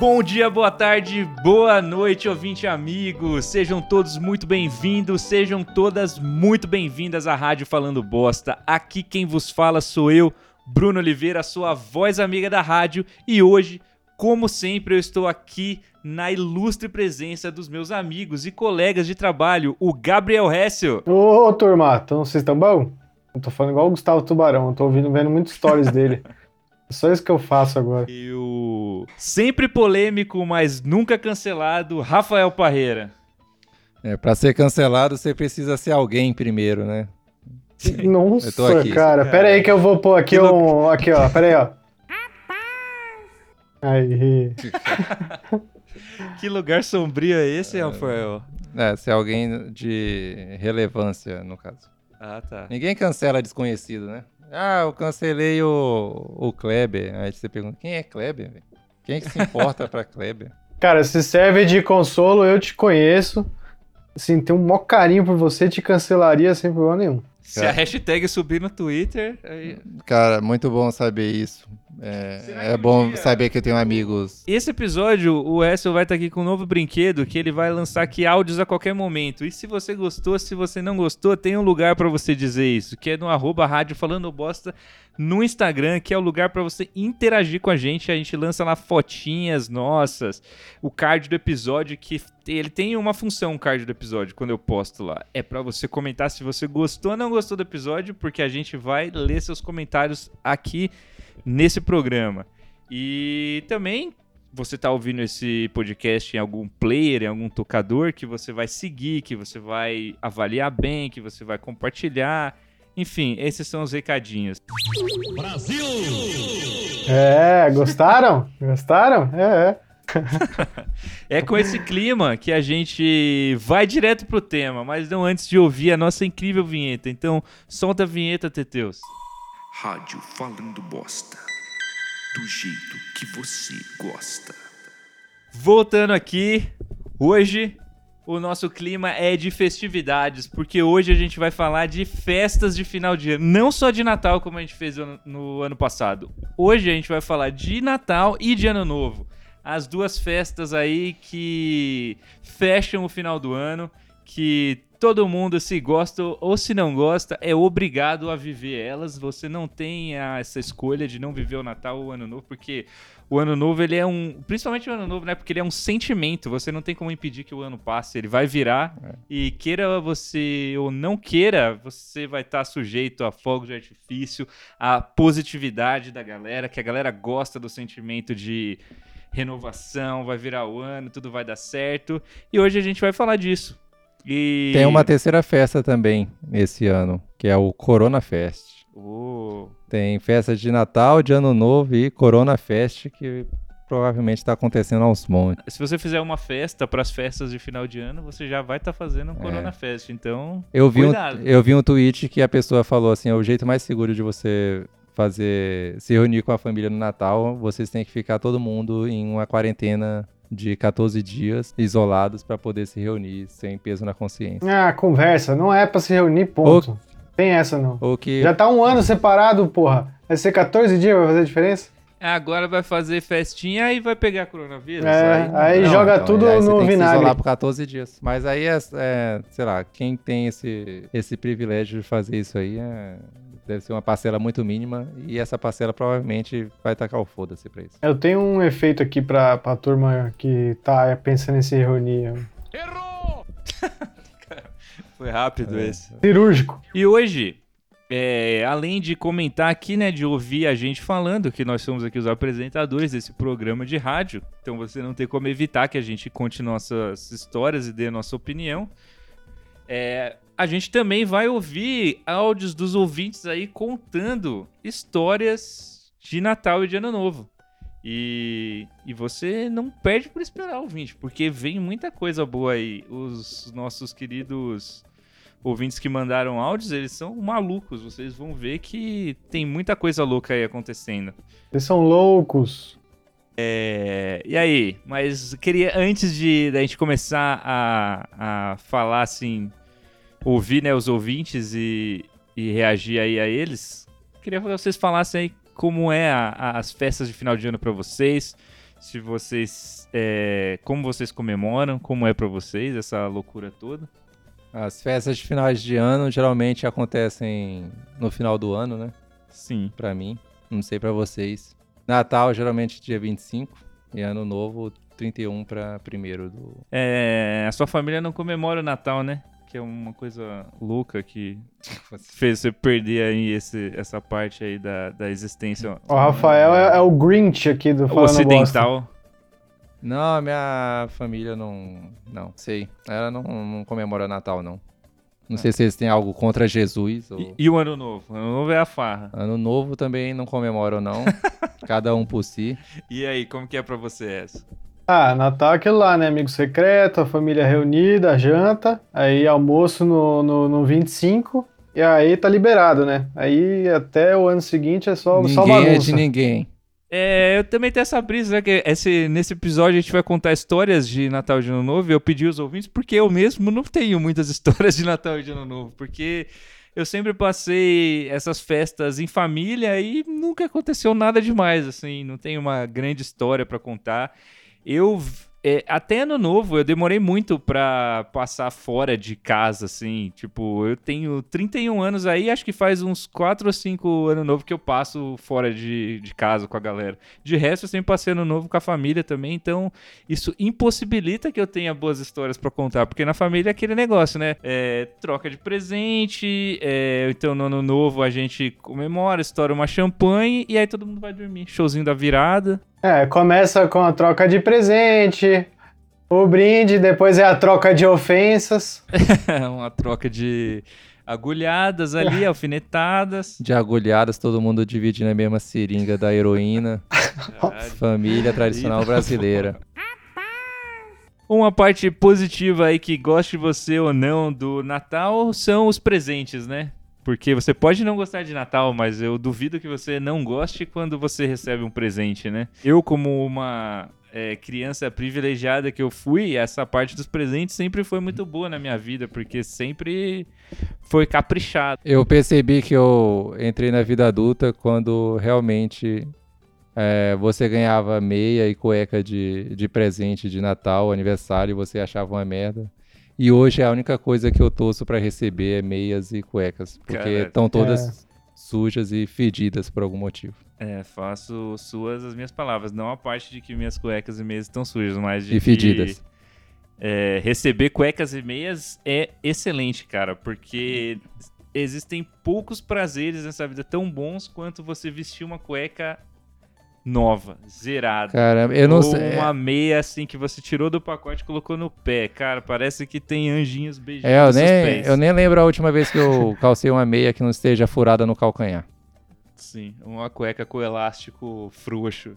Bom dia, boa tarde, boa noite, ouvinte amigos. Sejam todos muito bem-vindos, sejam todas muito bem-vindas à Rádio Falando Bosta. Aqui quem vos fala sou eu, Bruno Oliveira, sua voz amiga da rádio. E hoje, como sempre, eu estou aqui na ilustre presença dos meus amigos e colegas de trabalho, o Gabriel Hessel. Ô, turma, então vocês estão bom? Eu tô falando igual o Gustavo Tubarão, eu tô vendo muitos stories dele. É só isso que eu faço agora. E o sempre polêmico, mas nunca cancelado, Rafael Parreira. Pra ser cancelado, você precisa ser alguém primeiro, né? Nossa, Eu tô aqui. cara, pera aí que eu vou pôr aqui Aqui, ó, pera aí, ó. Aí. Que lugar sombrio é esse, Rafael? Ser alguém de relevância, no caso. Ah, tá. Ninguém cancela desconhecido, né? Eu cancelei o Kleber. Aí você pergunta, quem é Kleber, velho? Quem é que se importa pra Kleber? Cara, se serve de consolo, eu te conheço. Assim, tenho um maior carinho por você, te cancelaria sem problema nenhum. Se a hashtag subir no Twitter... Aí... Cara, muito bom saber isso. É bom saber que eu tenho amigos. Esse episódio, o Hessel vai estar aqui com um novo brinquedo que ele vai lançar aqui áudios a qualquer momento. E se você gostou, se você não gostou, tem um lugar pra você dizer isso, que é no @rádio Falando Bosta no Instagram, que é o lugar pra você interagir com a gente. A gente lança lá fotinhas nossas, o card do episódio, que ele tem uma função, o card do episódio, quando eu posto lá. É pra você comentar se você gostou ou não gostou do episódio, porque a gente vai ler seus comentários aqui nesse programa. E também você tá ouvindo esse podcast em algum player, em algum tocador, que você vai seguir, que você vai avaliar bem, que você vai compartilhar. Enfim, esses são os recadinhos. Brasil! Gostaram? Gostaram? É com esse clima que a gente vai direto pro tema, mas não antes de ouvir a nossa incrível vinheta. Então, solta a vinheta, Teteus. Rádio Falando Bosta, do jeito que você gosta. Voltando aqui, hoje o nosso clima é de festividades, porque hoje a gente vai falar de festas de final de ano, não só de Natal como a gente fez no ano passado. Hoje a gente vai falar de Natal e de Ano Novo, as duas festas aí que fecham o final do ano, que todo mundo, se gosta ou se não gosta, é obrigado a viver elas. Você não tem essa escolha de não viver o Natal ou o Ano Novo, porque o Ano Novo, ele é principalmente o Ano Novo, né? Porque ele é um sentimento. Você não tem como impedir que o ano passe. Ele vai virar e queira você ou não queira, você vai estar sujeito a fogos de artifício, a positividade da galera, que a galera gosta do sentimento de renovação, vai virar o ano, tudo vai dar certo. E hoje a gente vai falar disso. E... Tem uma terceira festa também esse ano, que é o Corona Fest. Tem festa de Natal, de Ano Novo e Corona Fest, que provavelmente está acontecendo aos montes. Se você fizer uma festa para as festas de final de ano, você já vai estar fazendo um Corona Fest, então cuidado. Eu vi um tweet que a pessoa falou assim, o jeito mais seguro de você se reunir com a família no Natal, vocês têm que ficar todo mundo em uma quarentena de 14 dias isolados pra poder se reunir sem peso na consciência. Conversa, não é pra se reunir, ponto. Tem essa não. Já tá um ano separado, porra. Vai ser 14 dias, vai fazer diferença? Agora vai fazer festinha e vai pegar coronavírus. Aí joga tudo aí no você tem que vinagre. se isolar por 14 dias. Mas aí sei lá, quem tem esse privilégio de fazer isso aí deve ser uma parcela muito mínima, e essa parcela provavelmente vai tacar o foda-se pra isso. Eu tenho um efeito aqui pra turma que tá pensando em se reunir. Errou! Foi rápido esse. Cirúrgico. E hoje, além de comentar aqui, né, de ouvir a gente falando, que nós somos aqui os apresentadores desse programa de rádio, então você não tem como evitar que a gente conte nossas histórias e dê a nossa opinião. A gente também vai ouvir áudios dos ouvintes aí contando histórias de Natal e de Ano Novo. E você não perde por esperar, ouvinte, porque vem muita coisa boa aí. Os nossos queridos ouvintes que mandaram áudios, eles são malucos. Vocês vão ver que tem muita coisa louca aí acontecendo. Eles são loucos. E aí? Mas queria, antes da gente começar a falar assim, ouvir, né, os ouvintes e reagir aí a eles, queria que vocês falassem aí como é as festas de final de ano pra vocês, se vocês... como vocês comemoram, como é pra vocês essa loucura toda. As festas de finais de ano geralmente acontecem no final do ano, né? Sim. Pra mim, não sei pra vocês. Natal geralmente dia 25 e Ano Novo 31 pra 1º do... A sua família não comemora o Natal, né? Que é uma coisa louca que fez você perder aí essa parte aí da existência. O Rafael é o Grinch aqui do Falando Bosta. Ocidental. Não, minha família não sei. Ela não comemora Natal, não. Não sei se eles têm algo contra Jesus. Ou... E o Ano Novo? O Ano Novo é a farra. Ano Novo também não comemoram, não. Cada um por si. E aí, como que é pra você essa? Natal é aquilo lá, né? Amigo secreto, a família reunida, janta, aí almoço no 25, e aí tá liberado, né? Aí até o ano seguinte é só Ninguém bagunça. é de ninguém. Eu também tenho essa brisa, né? Que nesse episódio a gente vai contar histórias de Natal e de Ano Novo, e eu pedi aos ouvintes porque eu mesmo não tenho muitas histórias de Natal e de Ano Novo, porque eu sempre passei essas festas em família e nunca aconteceu nada demais, assim, não tenho uma grande história pra contar. Até Ano Novo, eu demorei muito pra passar fora de casa, assim. Tipo, eu tenho 31 anos aí, acho que faz uns 4 ou 5 Ano Novo que eu passo fora de casa com a galera. De resto, eu sempre passei Ano Novo com a família também, então isso impossibilita que eu tenha boas histórias pra contar, porque na família é aquele negócio, né? Troca de presente, então no Ano Novo a gente comemora, estoura uma champanhe e aí todo mundo vai dormir. Showzinho da virada. Começa com a troca de presente, o brinde, depois é a troca de ofensas. Uma troca de agulhadas ali, alfinetadas. De agulhadas, todo mundo dividindo a mesma seringa da heroína. Família tradicional brasileira. Uma parte positiva aí que goste de você ou não do Natal são os presentes, né? Porque você pode não gostar de Natal, mas eu duvido que você não goste quando você recebe um presente, né? Eu, como uma criança privilegiada que eu fui, essa parte dos presentes sempre foi muito boa na minha vida, porque sempre foi caprichado. Eu percebi que eu entrei na vida adulta quando realmente você ganhava meia e cueca de presente de Natal, aniversário, e você achava uma merda. E hoje a única coisa que eu torço pra receber é meias e cuecas, porque estão todas sujas e fedidas por algum motivo. Faço suas as minhas palavras, não a parte de que minhas cuecas e meias estão sujas, mas de e fedidas. Receber cuecas e meias é excelente, cara, porque existem poucos prazeres nessa vida tão bons quanto você vestir uma cueca nova, zerada. Cara, eu não ou sei. Uma meia assim que você tirou do pacote e colocou no pé. Cara, parece que tem anjinhos beijando seus pés. Eu nem lembro a última vez que eu calcei uma meia que não esteja furada no calcanhar. Sim, uma cueca com elástico frouxo.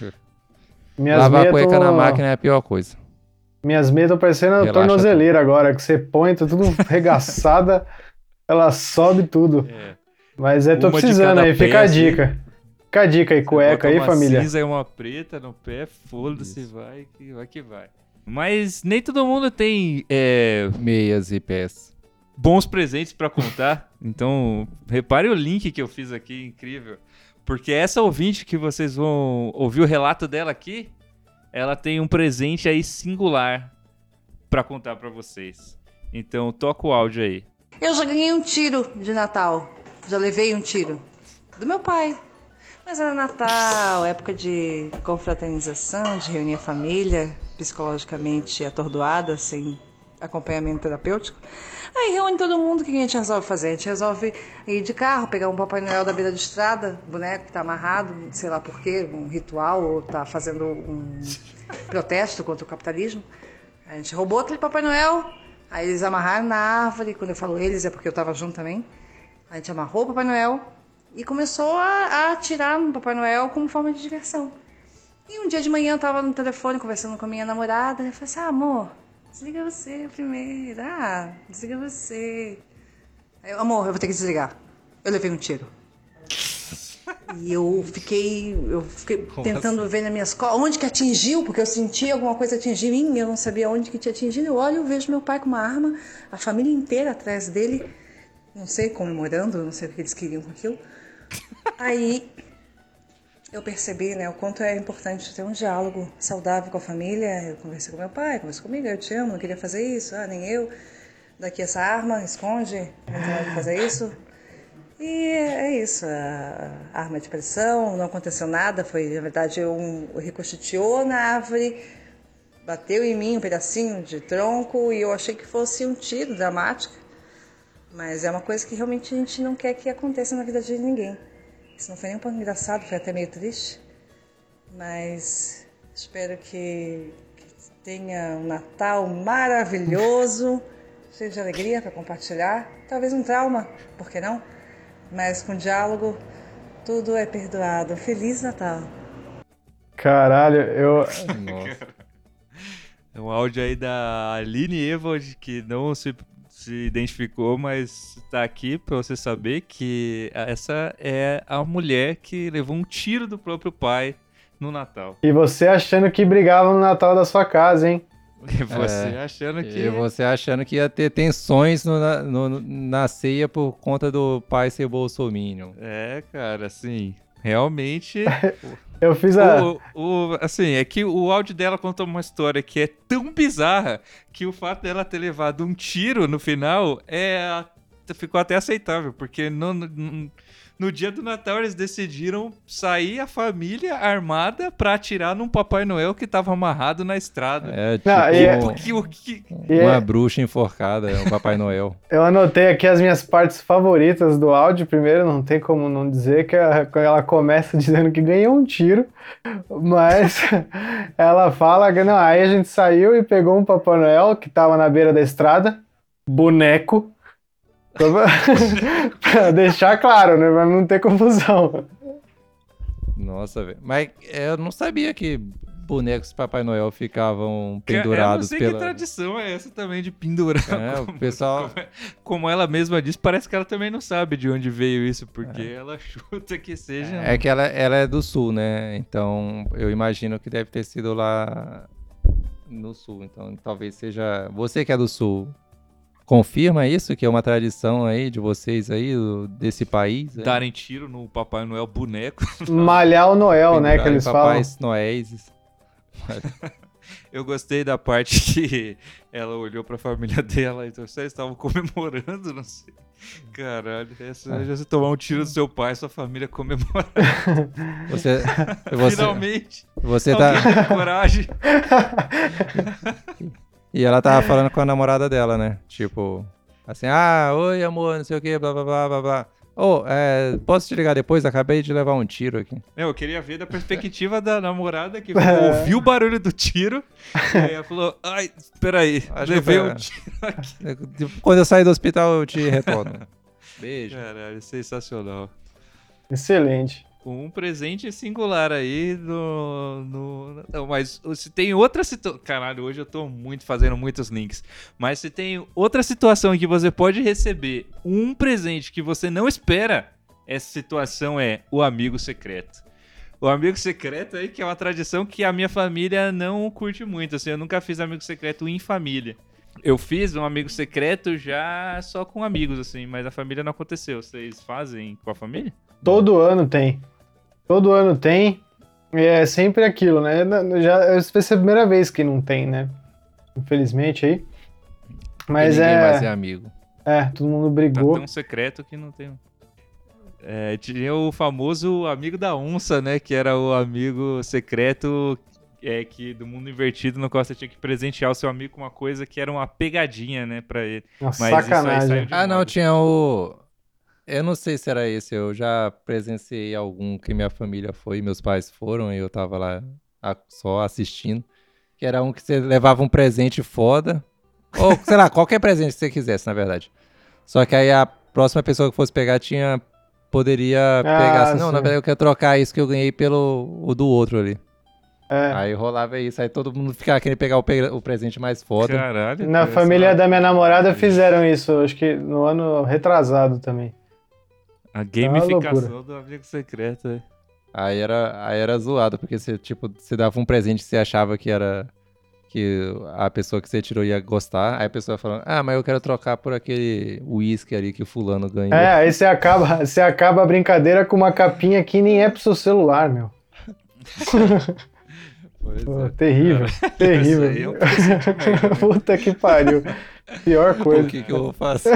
Lavar a cueca na máquina é a pior coisa. Minhas meias estão parecendo a tornozeleira agora, que você põe, tá tudo regaçada, ela sobe tudo. Mas tô precisando aí, fica a dica. Fica a dica aí, cueca aí, família. Uma cinza e uma preta no pé, foda-se, vai que vai. Mas nem todo mundo tem meias e pés. Bons presentes pra contar. Então, repare o link que eu fiz aqui, incrível. Porque essa ouvinte que vocês vão ouvir o relato dela aqui, ela tem um presente aí singular pra contar pra vocês. Então, toca o áudio aí. Eu já ganhei um tiro de Natal. Já levei um tiro. Do meu pai. Mas era Natal, época de confraternização, de reunir a família, psicologicamente atordoada, sem acompanhamento terapêutico. Aí reúne todo mundo, o que a gente resolve fazer? A gente resolve ir de carro, pegar um Papai Noel da beira de estrada, boneco que tá amarrado, sei lá por quê, um ritual, ou tá fazendo um protesto contra o capitalismo. A gente roubou aquele Papai Noel, aí eles amarraram na árvore, quando eu falo eles é porque eu tava junto também. A gente amarrou o Papai Noel e começou a atirar no Papai Noel como forma de diversão. E um dia de manhã eu tava no telefone conversando com a minha namorada, e eu falei assim, amor, desliga você primeiro. Desliga você. Aí eu, amor, eu vou ter que desligar. Eu levei um tiro. E eu fiquei tentando ver nas minhas costas onde que atingiu, porque eu senti alguma coisa atingir em mim, eu não sabia onde que tinha atingido. Eu olho e vejo meu pai com uma arma, a família inteira atrás dele, não sei, comemorando, não sei o que eles queriam com aquilo. Aí eu percebi, né, o quanto é importante ter um diálogo saudável com a família. Eu conversei com meu pai, conversei comigo, eu te amo, não queria fazer isso, nem eu. Daqui essa arma, esconde, não tem nada que fazer isso. E é isso, a arma de pressão, não aconteceu nada, foi, na verdade, ricocheteou na árvore, bateu em mim um pedacinho de tronco e eu achei que fosse um tiro dramático, mas é uma coisa que realmente a gente não quer que aconteça na vida de ninguém. Isso não foi nem um pouco engraçado, foi até meio triste, mas espero que tenha um Natal maravilhoso, cheio de alegria para compartilhar, talvez um trauma, por que não? Mas com diálogo, tudo é perdoado. Feliz Natal. Caralho, Nossa. É um áudio aí da Aline Evald, que não se identificou, mas tá aqui pra você saber que essa é a mulher que levou um tiro do próprio pai no Natal. E você achando que brigava no Natal da sua casa, hein? E você achando que... E você achando que ia ter tensões na ceia por conta do pai ser bolsominion. É, cara, assim, realmente... Eu fiz assim, é que o áudio dela conta uma história que é tão bizarra que o fato dela ter levado um tiro no final ficou até aceitável, porque no dia do Natal eles decidiram sair a família armada pra atirar num Papai Noel que tava amarrado na estrada. Uma bruxa enforcada, o Papai Noel. Eu anotei aqui as minhas partes favoritas do áudio. Primeiro, não tem como não dizer que ela começa dizendo que ganhou um tiro, mas ela fala que não, aí a gente saiu e pegou um Papai Noel que tava na beira da estrada, boneco, pra deixar claro, né? Pra não ter confusão. Nossa, velho. Mas eu não sabia que bonecos de Papai Noel ficavam pendurados. Eu não sei que tradição é essa também de pendurar. O pessoal... Como ela mesma disse, parece que ela também não sabe de onde veio isso, porque ela chuta que seja... É que ela é do sul, né? Então eu imagino que deve ter sido lá no sul. Então talvez seja... Você que é do sul... Confirma isso, que é uma tradição aí de vocês aí, desse país? Darem tiro no Papai Noel boneco. Malhar o Noel, né, que eles falam. Papais Noéis. Eu gostei da parte que ela olhou pra família dela e então, vocês estavam comemorando, não sei. Caralho, você tomar um tiro do seu pai, sua família comemorar. Finalmente. Você tá... tem coragem. E ela tava falando com a namorada dela, né? Tipo, assim, oi amor, não sei o que, blá blá blá blá blá. Posso te ligar depois? Acabei de levar um tiro aqui. Eu queria ver da perspectiva da namorada que ouviu o barulho do tiro e aí ela falou, ai, peraí, levei um tiro aqui. Quando eu sair do hospital eu te retorno. Beijo. Caralho, sensacional. Excelente. Um presente singular aí Não, mas se tem outra situação... Caralho, hoje eu tô fazendo muitos links. Mas se tem outra situação em que você pode receber um presente que você não espera, essa situação é o amigo secreto. O amigo secreto aí que é uma tradição que a minha família não curte muito. Assim, eu nunca fiz amigo secreto em família. Eu fiz um amigo secreto já só com amigos, assim, mas a família não aconteceu. Vocês fazem com a família? Todo ano tem. Todo ano tem, e é sempre aquilo, né? Vai ser a primeira vez que não tem, né? Infelizmente aí. Mas ninguém mais é amigo. Todo mundo brigou. Tá tão secreto que não tem. Tinha o famoso amigo da onça, né? Que era o amigo secreto que do mundo invertido, no qual você tinha que presentear o seu amigo com uma coisa que era uma pegadinha, né? Pra ele. Uma sacanagem. Não, tinha o... Eu não sei se era esse, eu já presenciei algum que minha família foi, meus pais foram e eu tava lá só assistindo, que era um que você levava um presente foda, ou sei lá, qualquer presente que você quisesse, na verdade. Só que aí a próxima pessoa que fosse pegar poderia pegar assim, não, na verdade eu quero trocar isso que eu ganhei pelo do outro ali. Aí rolava isso, aí todo mundo ficava querendo pegar o presente mais foda. Caralho. Na família da minha namorada fizeram isso, acho que no ano retrasado também. A gamificação do amigo secreto, é. Aí era zoado, porque você dava um presente que você achava que a pessoa que você tirou ia gostar, aí a pessoa falando, mas eu quero trocar por aquele uísque ali que o fulano ganhou. Aí você acaba a brincadeira com uma capinha que nem é pro seu celular, meu. Pois Pô, é. terrível, terrível. Isso aí é um presente merda, né? Puta que pariu. Pior O coisa. que eu vou fazer?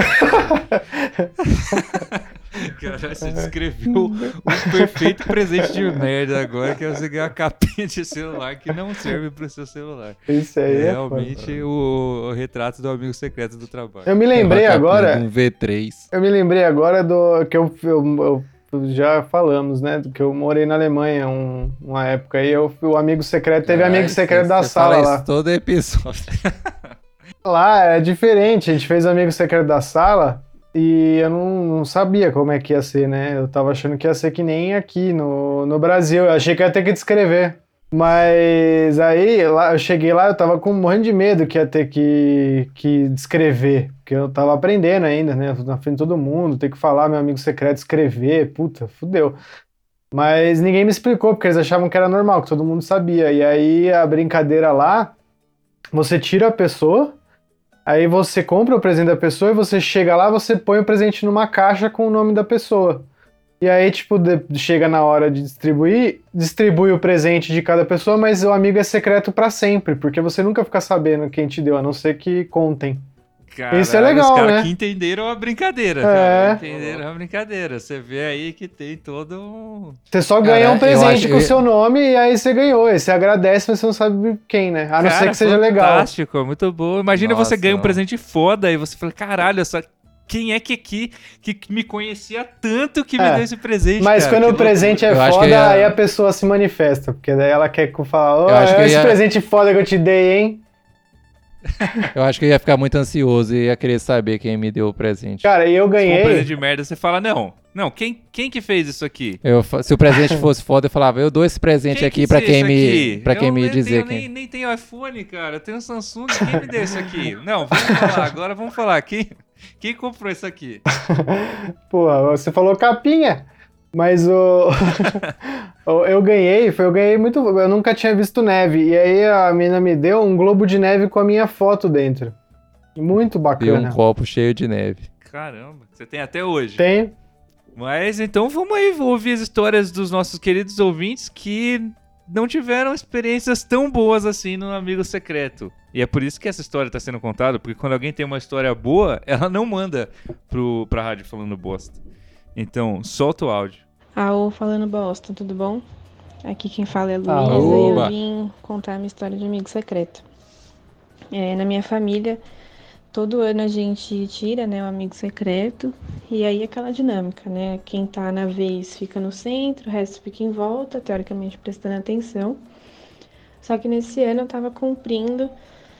Cara, você descreveu um perfeito presente de merda agora, que é você ganhar uma capinha de celular que não serve pro seu celular. Isso aí É é realmente o retrato do amigo secreto do trabalho. Eu me lembrei É uma capinha agora. de um V3. Eu me lembrei agora do que eu já falamos, né? Do que eu morei na Alemanha uma época aí. O amigo secreto teve amigo secreto da você sala fala lá. isso todo episódio. Lá é diferente. A gente fez amigo secreto da sala e eu não sabia como é que ia ser, né? Eu tava achando que ia ser que nem aqui no Brasil. Eu achei que ia ter que descrever. Mas aí lá, eu cheguei lá, eu tava com um monte de medo que ia ter que descrever, porque eu tava aprendendo ainda, né? Na frente de todo mundo, ter que falar meu amigo secreto, escrever, puta, fudeu. Mas ninguém me explicou, porque eles achavam que era normal, que todo mundo sabia. E aí a brincadeira lá, você tira a pessoa, aí você compra o presente da pessoa e você chega lá, você põe o presente numa caixa com o nome da pessoa. E aí, tipo, chega na hora de distribui o presente de cada pessoa, mas o amigo é secreto pra sempre, porque você nunca fica sabendo quem te deu, a não ser que contem. Caralho, Isso é legal, os caras né? que entenderam a brincadeira, É. cara. Entenderam a brincadeira. Você vê aí que tem todo um... Você só Cara, ganha um eu presente acho- com o seu nome e aí você ganhou. Aí você agradece, mas você não sabe quem, né? A não ser Cara, que seja legal. fantástico, muito bom. Imagina Nossa, você ganha um não. presente foda e você fala, caralho, essa... Quem é que aqui que me conhecia tanto que me É, deu esse presente, Mas cara? quando Que o presente é Eu acho que foda, eu ia- aí a pessoa se manifesta, porque daí ela quer falar, ó, Eu acho que eu esse ia- presente foda que eu te dei, hein? Eu acho que eu ia ficar muito ansioso e ia querer saber quem me deu o presente. Cara, e eu Se for um presente ganhei. de merda, você fala, não, quem que fez isso aqui? Se o presente fosse foda, eu falava, eu dou esse presente aqui pra quem me, pra quem me dizer Eu quem. nem tenho iPhone, cara. Eu tenho Samsung. Quem me deu isso aqui? Não, vamos falar. Agora vamos falar. Quem comprou isso aqui? Porra, você falou capinha. Mas eu ganhei muito. Eu nunca tinha visto neve. E aí a mina me deu um globo de neve com a minha foto dentro. Muito E bacana. um copo cheio de neve. Caramba, você tem até hoje. Tem. Mas então vamos aí ouvir as histórias dos nossos queridos ouvintes que não tiveram experiências tão boas assim no Amigo Secreto. E é por isso que essa história está sendo contada, porque quando alguém tem uma história boa, ela não manda pra rádio falando bosta. Então, solta o áudio. Alô, falando bosta, tudo bom? Aqui quem fala é Luísa Alô. e eu vim contar a minha história de amigo secreto. Na minha família, todo ano a gente tira, né, o amigo secreto, e aí aquela dinâmica, né? Quem tá na vez fica no centro, o resto fica em volta, teoricamente prestando atenção. Só que nesse ano eu tava cumprindo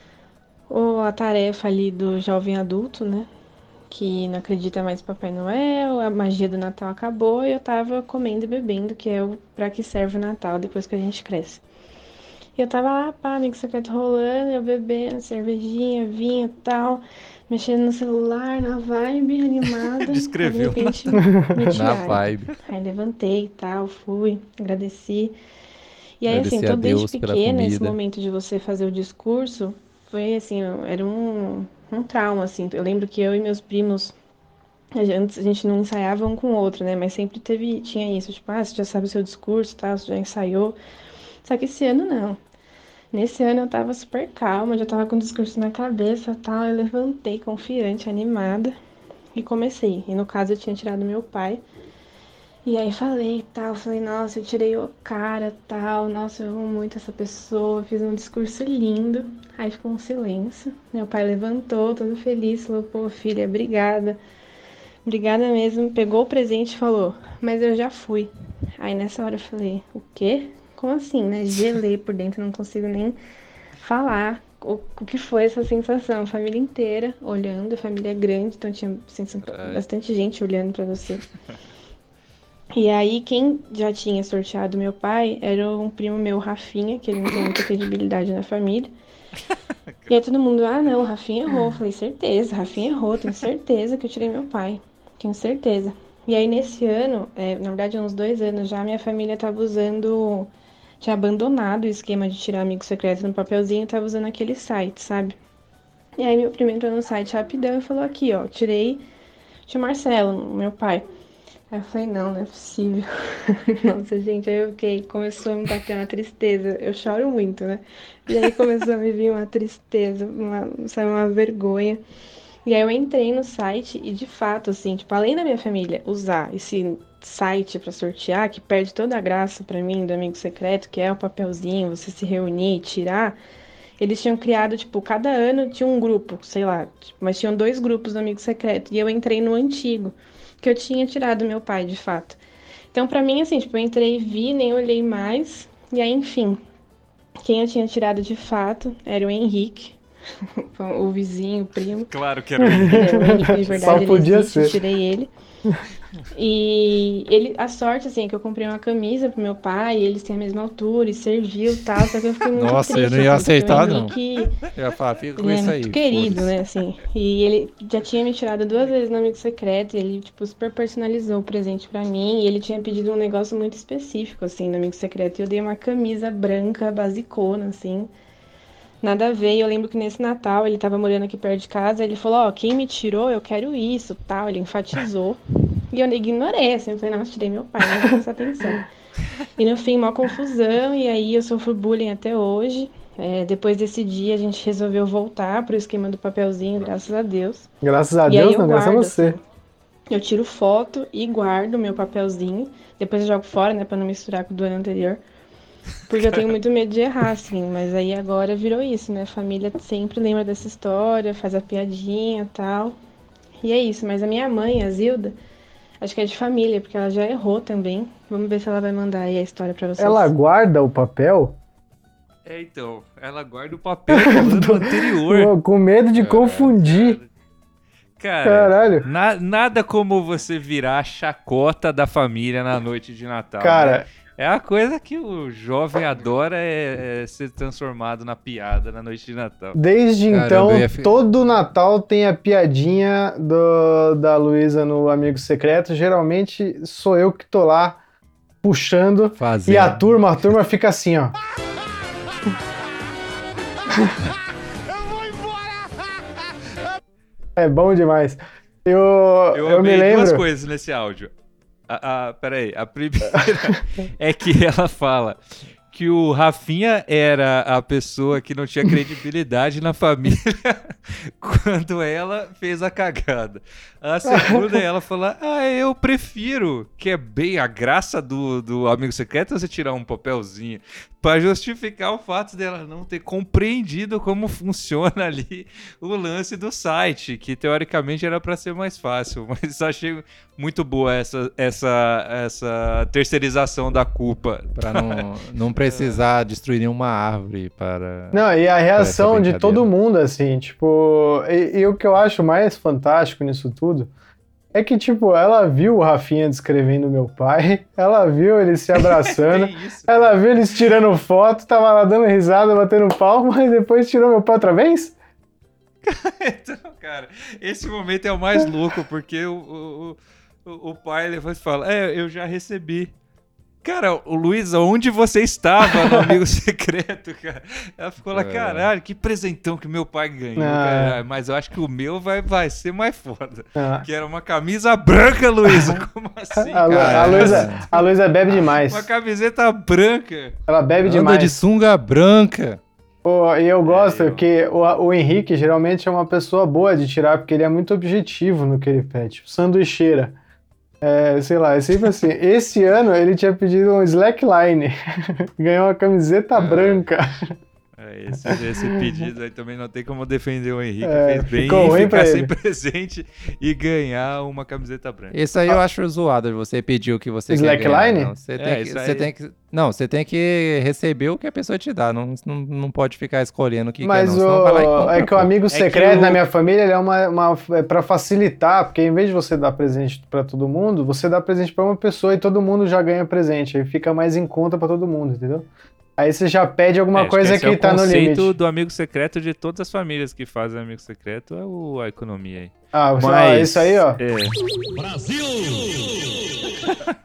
a tarefa ali do jovem adulto, né? Que não acredita mais em Papai Noel, a magia do Natal acabou e eu tava comendo e bebendo, que é pra que serve o Natal depois que a gente cresce. E eu tava lá, pá, amigo secreto rolando, eu bebendo, cervejinha, vinho e tal, mexendo no celular, na vibe, animada. Descreveu. Aí, de repente, me Na tiraram. vibe. Aí levantei e tal, fui, agradeci. E aí, assim, Agradecer a tô desde Deus pela pequena, esse comida. momento de você fazer o discurso, foi assim, era um trauma, assim. Eu lembro que eu e meus primos, antes a gente não ensaiava um com o outro, né? Mas sempre tinha isso, tipo, você já sabe o seu discurso, tá? Você já ensaiou. Só que esse ano não. Nesse ano eu tava super calma, já tava com o discurso na cabeça, tal. Eu levantei confiante, animada e comecei. E no caso eu tinha tirado meu pai. E aí falei, nossa, eu tirei o cara, tal, nossa, eu amo muito essa pessoa, fiz um discurso lindo. Aí ficou um silêncio. Meu pai levantou, todo feliz, falou, pô, filha, obrigada. Obrigada mesmo. Pegou o presente e falou, mas eu já fui. Aí nessa hora eu falei, o quê? Como assim, né? Gelei por dentro, não consigo nem falar o que foi essa sensação. A família inteira olhando, a família é grande, então tinha bastante gente olhando pra você. E aí, quem já tinha sorteado meu pai era um primo meu, Rafinha, que ele não tem muita credibilidade na família. E aí todo mundo, não, o Rafinha errou. Eu falei, certeza, Rafinha errou, tenho certeza que eu tirei meu pai. Tenho certeza. E aí, nesse ano, na verdade, há uns 2 anos já, minha família tava usando... Tinha abandonado o esquema de tirar amigo secreto no papelzinho e tava usando aquele site, sabe? E aí, meu primo entrou no site rapidão e falou aqui, ó, tirei... Tinha o Marcelo, meu pai. Aí eu falei, não é possível. Nossa, gente, aí eu fiquei, começou a me bater uma tristeza. Eu choro muito, né? E aí começou a me vir uma tristeza, sabe, uma vergonha. E aí eu entrei no site e de fato, assim, tipo, além da minha família usar esse site pra sortear, que perde toda a graça pra mim do amigo secreto, que é o papelzinho, você se reunir, tirar, eles tinham criado, tipo, cada ano tinha um grupo, sei lá, tipo, mas tinham 2 grupos do amigo secreto. E eu entrei no antigo, que eu tinha tirado meu pai, de fato. Então, pra mim, assim, tipo, eu entrei, vi, nem olhei mais. E aí, enfim, quem eu tinha tirado de fato era o Henrique, o vizinho, o primo. Claro que era o Henrique. O Henrique, de verdade, Só ele podia existe, ser. eu tirei ele. E ele, a sorte, assim, é que eu comprei uma camisa pro meu pai, e eles têm a mesma altura e serviu e tal, só que eu fiquei muito Nossa, triste, eu não ia assim, porque o aceitar, não. Henrique, Eu ia falar, fica com ele é isso aí. muito querido, foda-se. né, assim, e ele já tinha me tirado 2 vezes no Amigo Secreto, e ele, tipo, super personalizou o presente pra mim, e ele tinha pedido um negócio muito específico, assim, no Amigo Secreto, e eu dei uma camisa branca, basicona, assim, nada a ver. E eu lembro que nesse Natal ele tava morando aqui perto de casa. Ele falou: Ó, quem me tirou, eu quero isso, tal. Ele enfatizou. E eu ignorei, assim. Eu falei: Nossa, tirei meu pai, não vou prestar atenção. E no fim, uma confusão. E aí eu sofro bullying até hoje. Depois desse dia, a gente resolveu voltar pro esquema do papelzinho, graças a Deus. Graças a E aí Deus, eu não, graças a guardo, você. assim. Eu tiro foto e guardo meu papelzinho. Depois eu jogo fora, né, pra não misturar com o do ano anterior. Porque eu tenho muito medo de errar, assim, mas aí agora virou isso, né? A família sempre lembra dessa história, faz a piadinha e tal. E é isso, mas a minha mãe, a Zilda, acho que é de família, porque ela já errou também. Vamos ver se ela vai mandar aí a história pra vocês. Ela guarda o papel Então, ela guarda o papel do ano anterior. com medo de confundir. Cara, Caralho. Nada como você virar a chacota da família na noite de Natal. Cara, né? É a coisa que o jovem adora é ser transformado na piada na noite de Natal. desde Caramba, então, eu ia todo Natal tem a piadinha da Luísa no Amigo Secreto. Geralmente sou eu que tô lá puxando. Fazendo. E a turma fica assim, ó. É bom demais. Eu me amei lembro. duas coisas nesse áudio. Peraí, a primeira é que ela fala que o Rafinha era a pessoa que não tinha credibilidade na família quando ela fez a cagada. A segunda é ela falar, eu prefiro, que é bem a graça do Amigo Secreto, você tirar um papelzinho pra justificar o fato dela não ter compreendido como funciona ali o lance do site, que teoricamente era pra ser mais fácil, mas achei muito boa essa terceirização da culpa. Pra não precisar destruir nenhuma árvore para... Não, e a reação essa de brincadeira. todo mundo, assim, tipo... E o que eu acho mais fantástico nisso tudo é que, tipo, ela viu o Rafinha descrevendo meu pai, ela viu eles se abraçando, Tem isso. ela viu eles tirando foto, tava lá dando risada, batendo palma, mas depois tirou meu pai outra vez? Então, cara, esse momento é o mais louco, porque o pai levanta e fala, eu já recebi. Cara, o Luiz, onde você estava no Amigo Secreto, cara? Ela ficou lá, caralho, que presentão que meu pai ganhou, cara. Mas eu acho que o meu vai ser mais foda. Que era uma camisa branca, Luísa. Como assim, cara? A Luísa bebe demais. Uma camiseta branca. Ela bebe Anda demais. de sunga branca. Pô, e eu gosto que o Henrique geralmente é uma pessoa boa de tirar, porque ele é muito objetivo no que ele pede. Tipo, sanduicheira. Sei lá, é sempre assim. Esse ano ele tinha pedido um slackline. Ganhou uma camiseta branca. Esse pedido aí também não tem como defender o Henrique. Fez bem ficou ruim ficar pra sem ele. presente e ganhar uma camiseta branca. Isso aí eu acho zoado, você pedir o que você quer Slackline? ganhar. Não, você tem isso que, aí. você tem que, não, você tem que receber o que a pessoa te dá. Não pode ficar escolhendo o que Mas quer, não. Senão vai lá e compra, é que o pô. amigo que secreto na minha família ele é pra facilitar, porque em vez de você dar presente pra todo mundo, você dá presente pra uma pessoa e todo mundo já ganha presente. Aí fica mais em conta pra todo mundo, entendeu? Aí você já pede alguma coisa esse que tá no O limite. conceito do amigo secreto de todas as famílias que fazem amigo secreto é a economia aí. Isso aí, ó. Brasil!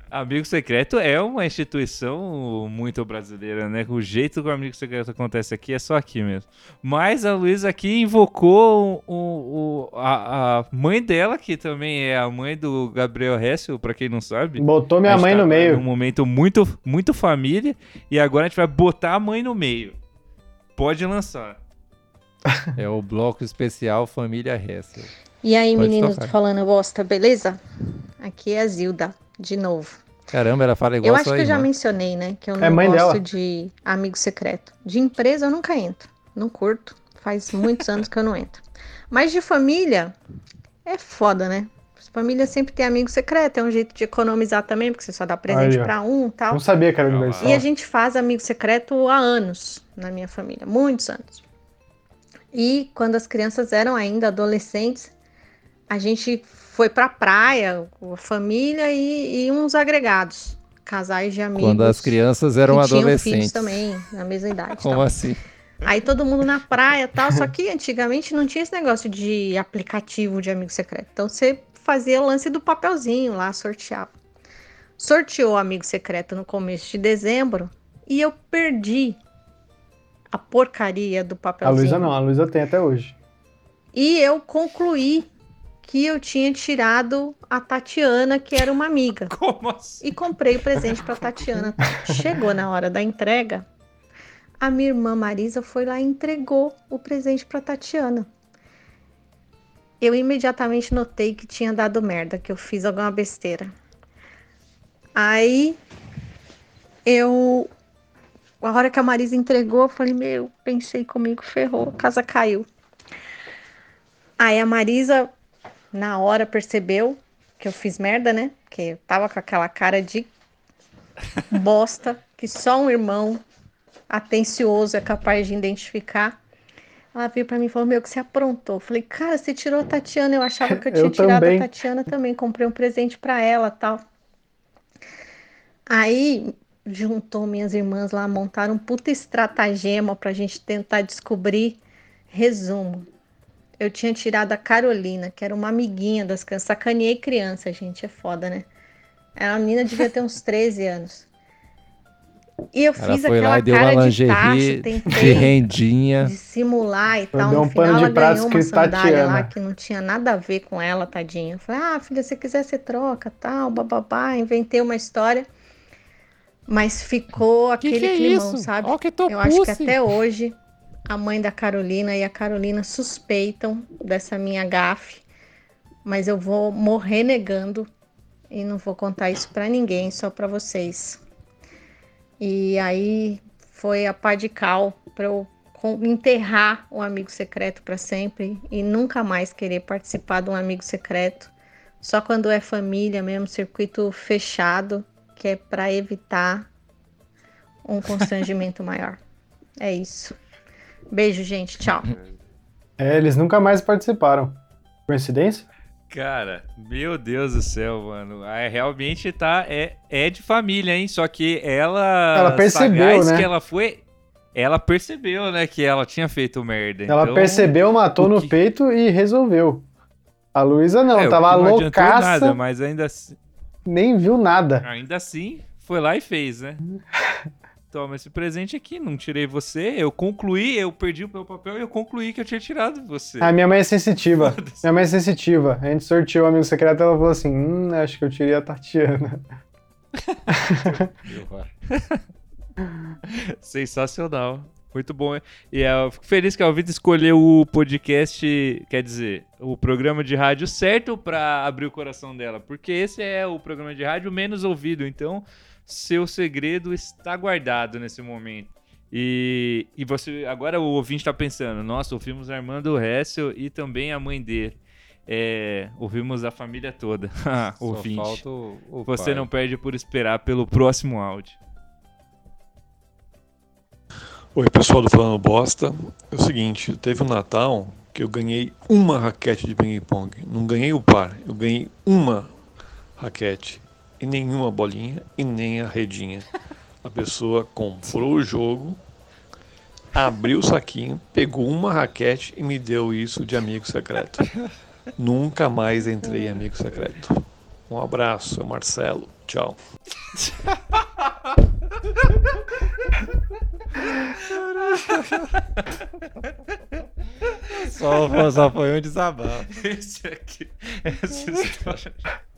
Amigo secreto é uma instituição muito brasileira, né? O jeito que o amigo secreto acontece aqui é só aqui mesmo. Mas a Luísa aqui invocou a mãe dela, que também é a mãe do Gabriel Hessel, pra quem não sabe. Botou minha mãe no meio. Num momento muito, muito família. E agora a gente vai botar a mãe no meio. Pode lançar. É o bloco especial Família Hessel. E aí, Pode meninos tocar. do Falando Bosta, beleza? Aqui é a Zilda, de novo. Caramba, ela fala igual Eu a acho sua que eu já irmã. mencionei, né? Que eu É não mãe gosto dela. de amigo secreto. De empresa eu nunca entro. Não curto. Faz muitos anos que eu não entro. Mas de família, é foda, né? Família sempre tem amigo secreto. É um jeito de economizar também, porque você só dá presente Aí, ó. pra um e tal. Não sabia que era universal. E a gente faz amigo secreto há anos na minha família. Muitos anos. E quando as crianças eram ainda adolescentes, a gente foi pra praia, com a família e uns agregados, casais de amigos. Quando as crianças eram que tinham filhos adolescentes. também, na mesma idade. Como tal. assim? Aí todo mundo na praia e tal, só que antigamente não tinha esse negócio de aplicativo de amigo secreto. Então você fazia o lance do papelzinho lá, sorteava. Sorteou o amigo secreto no começo de dezembro e eu perdi a porcaria do A papelzinho. Luísa não, a Luísa tem até hoje. E eu concluí que eu tinha tirado a Tatiana, que era uma amiga. Como assim? E comprei o presente pra Tatiana. Chegou na hora da entrega, a minha irmã Marisa foi lá e entregou o presente pra Tatiana. Eu imediatamente notei que tinha dado merda, que eu fiz alguma besteira. Aí, a hora que a Marisa entregou, eu falei, pensei comigo, ferrou, a casa caiu. Aí a Marisa, na hora, percebeu que eu fiz merda, né? Porque eu tava com aquela cara de bosta, que só um irmão atencioso é capaz de identificar. Ela veio pra mim e falou, que você aprontou. Eu falei, cara, você tirou a Tatiana, eu achava que eu tinha tirado também. a Tatiana também, comprei um presente pra ela, tal. Aí juntou minhas irmãs lá, montaram um puta estratagema pra gente tentar descobrir. Resumo, eu tinha tirado a Carolina, que era uma amiguinha das crianças. Sacaneei criança, gente, é foda, né? A menina devia ter uns 13 anos. E eu Ela fiz foi lá aquela e deu uma cara de lingerie tacho, de tentei rendinha. dissimular e Eu tal. dei No um final pano de ela prato ganhou uma escrito sandália lá Tatiana. que não tinha nada a ver com ela, tadinha. Eu falei, filha, se quiser você troca, tal, bababá. Inventei uma história. Mas ficou aquele é climão, isso? sabe? Ó que tô Eu acho que pussy. até hoje a mãe da Carolina e a Carolina suspeitam dessa minha gafe. Mas eu vou morrer negando e não vou contar isso pra ninguém, só pra vocês. E aí foi a pá de cal pra eu enterrar o amigo secreto pra sempre e nunca mais querer participar de um amigo secreto. Só quando é família mesmo, circuito fechado, que é pra evitar um constrangimento maior. É isso. Beijo, gente. Tchau. Eles nunca mais participaram. Coincidência? Cara, meu Deus do céu, mano. Realmente é de família, hein? Só que ela percebeu, sagaz né? que ela foi, ela percebeu, né, que ela tinha feito merda. Ela então, percebeu, matou o no que- peito e resolveu. A Luísa não, o tava que não adiantou loucaça, nada, mas nem viu nada. ainda assim foi lá e fez, né? Toma esse presente aqui, não tirei você, eu perdi o meu papel e eu concluí que eu tinha tirado você. A minha mãe é sensitiva. Foda-se. Minha mãe é sensitiva. A gente sorteou o amigo secreto e ela falou assim: acho que eu tirei a Tatiana. Sensacional. Muito bom. E eu fico feliz que a Alvita escolheu o podcast, quer dizer, o programa de rádio certo pra abrir o coração dela, porque esse é o programa de rádio menos ouvido, então seu segredo está guardado nesse momento. E você, agora o ouvinte tá pensando, nossa, ouvimos Armando Hessel e também a mãe dele. Ouvimos a família toda. Só Ouvinte. falta o Você pai. não perde por esperar pelo próximo áudio. Oi, pessoal do Falando Bosta. É o seguinte, teve um Natal que eu ganhei uma raquete de ping-pong. Não ganhei o par, eu ganhei uma raquete. E nenhuma bolinha e nem a redinha. A pessoa comprou o jogo, abriu o saquinho, pegou uma raquete e me deu isso de amigo secreto. Nunca mais entrei em amigo secreto. Um abraço, é o Marcelo. Tchau. Só foi um desabafo. Essa história.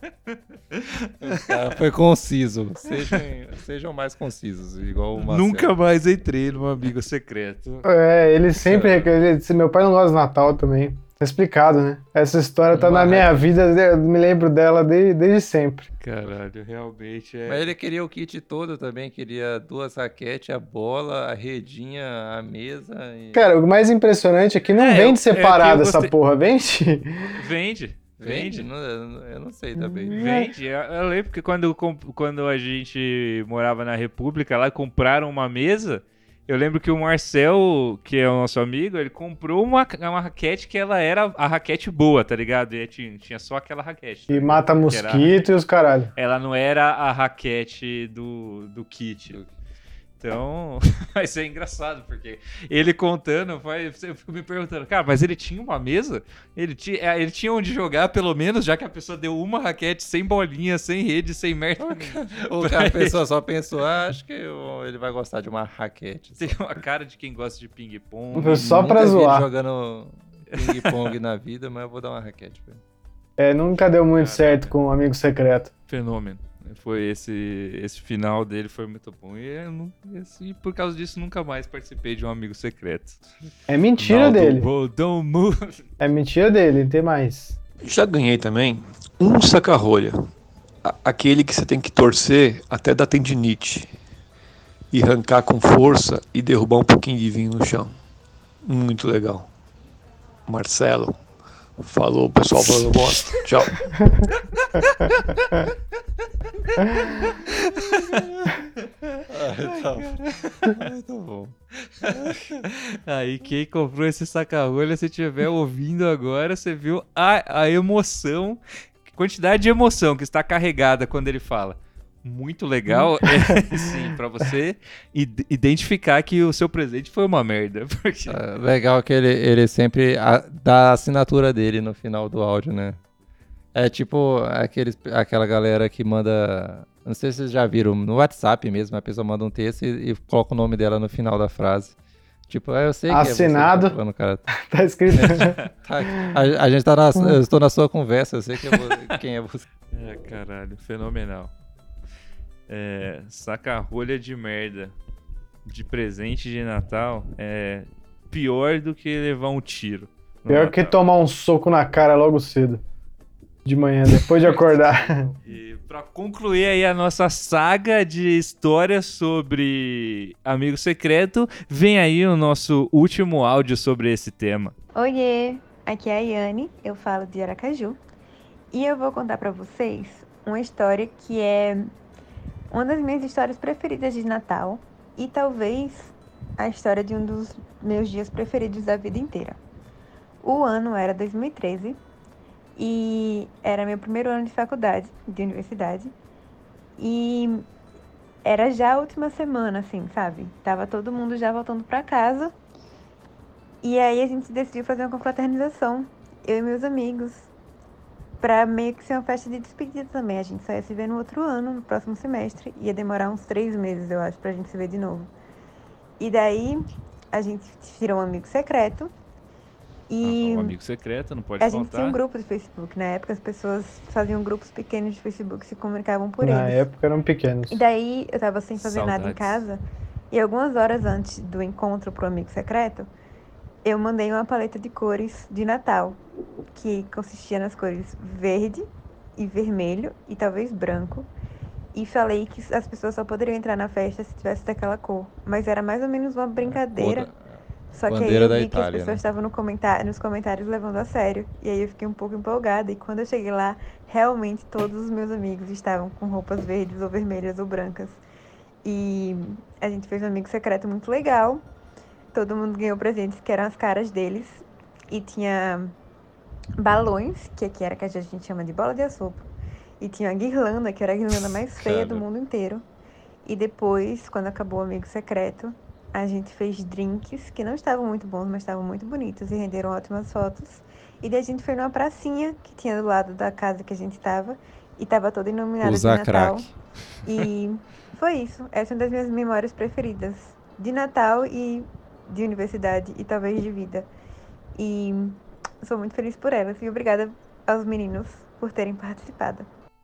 O cara foi conciso. Sejam mais concisos, igual o Marcelo. Nunca mais entrei no amigo secreto. Ele sempre... Meu pai não gosta de Natal também. Tá explicado, né? Essa história tá na minha vida, eu me lembro dela desde sempre. Caralho, realmente é... Mas ele queria o kit todo também, queria 2 raquetes, a bola, a redinha, a mesa... Cara, o mais impressionante é que não vende separado essa porra, vende? Vende. Eu não sei também. Vende. Eu lembro que quando a gente morava na República, lá compraram uma mesa. Eu lembro que o Marcel, que é o nosso amigo, ele comprou uma raquete que ela era a raquete boa, tá ligado? E tinha só aquela raquete. Tá e mata mosquito e os caralho. Ela não era a raquete do kit. Então, mas é engraçado, porque ele contando, eu fico me perguntando, cara, mas ele tinha uma mesa? Ele tinha onde jogar, pelo menos, já que a pessoa deu uma raquete sem bolinha, sem rede, sem merda. Ou que a pessoa só pensou, acho que ele vai gostar de uma raquete. Tem uma cara de quem gosta de ping-pong. Só pra zoar. Jogando ping-pong na vida, mas eu vou dar uma raquete pra ele. Nunca deu muito certo com um amigo secreto. Fenômeno. Foi esse final dele foi muito bom. E por causa disso nunca mais participei de um amigo secreto. É mentira dele. Don't move. É mentira dele, tem mais. Já ganhei também um saca-rolha. Aquele que você tem que torcer até dar tendinite. E arrancar com força e derrubar um pouquinho de vinho no chão. Muito legal. Marcelo. Falou, pessoal, falando bosta. Tchau. Tá bom. Aí quem comprou esse saca-rolha, se estiver ouvindo agora, você viu a emoção, quantidade de emoção que está carregada quando ele fala. Muito legal, sim, pra você identificar que o seu presente foi uma merda. Porque... legal que ele sempre dá a assinatura dele no final do áudio, né? É tipo aquela galera que manda... Não sei se vocês já viram, no WhatsApp mesmo, a pessoa manda um texto e coloca o nome dela no final da frase. Tipo, eu sei que assinado. É você que tá falando, cara. Tá escrito. A gente tá eu estou na sua conversa, eu sei quem é você. Caralho, fenomenal. Saca-rolha de merda de presente de Natal é pior do que levar um tiro. Pior que tomar um soco na cara logo cedo. De manhã, depois de acordar. E pra concluir aí a nossa saga de histórias sobre Amigo Secreto, vem aí o nosso último áudio sobre esse tema. Oiê, aqui é a Yane, eu falo de Aracaju. E eu vou contar pra vocês uma história que é uma das minhas histórias preferidas de Natal e talvez a história de um dos meus dias preferidos da vida inteira. O ano era 2013 e era meu primeiro ano de faculdade, de universidade, e era já a última semana, assim, sabe? Tava todo mundo já voltando pra casa e aí a gente decidiu fazer uma confraternização, eu e meus amigos, pra meio que ser uma festa de despedida também. A gente só ia se ver no outro ano, no próximo semestre. Ia demorar uns 3 meses, eu acho, pra gente se ver de novo. E daí, a gente tirou um amigo secreto. E um amigo secreto, não pode faltar. faltar. A gente tinha um grupo de Facebook. Na época, as pessoas faziam grupos pequenos de Facebook, se comunicavam por eles. Na época eram pequenos. E daí, eu tava sem fazer nada em casa. E algumas horas antes do encontro pro amigo secreto, eu mandei uma paleta de cores de Natal, que consistia nas cores verde e vermelho e talvez branco. E falei que as pessoas só poderiam entrar na festa se tivesse daquela cor. Mas era mais ou menos uma brincadeira. Só que aí eu vi que as pessoas estavam nos comentários levando a sério. E aí eu fiquei um pouco empolgada. E quando eu cheguei lá, realmente todos os meus amigos estavam com roupas verdes ou vermelhas ou brancas. E a gente fez um amigo secreto muito legal. Todo mundo ganhou presentes que eram as caras deles. E tinha balões, que aqui era que a gente chama de bola de assopro. E tinha a guirlanda, que era a guirlanda mais feia do mundo inteiro. E depois, quando acabou o amigo secreto, a gente fez drinks, que não estavam muito bons, mas estavam muito bonitos e renderam ótimas fotos. E daí a gente foi numa pracinha que tinha do lado da casa que a gente estava. e tava toda iluminada Usar de Natal. crack. E foi isso. Essa é uma das minhas memórias preferidas de Natal e de universidade e talvez de vida. E sou muito feliz por elas. E obrigada aos meninos por terem participado.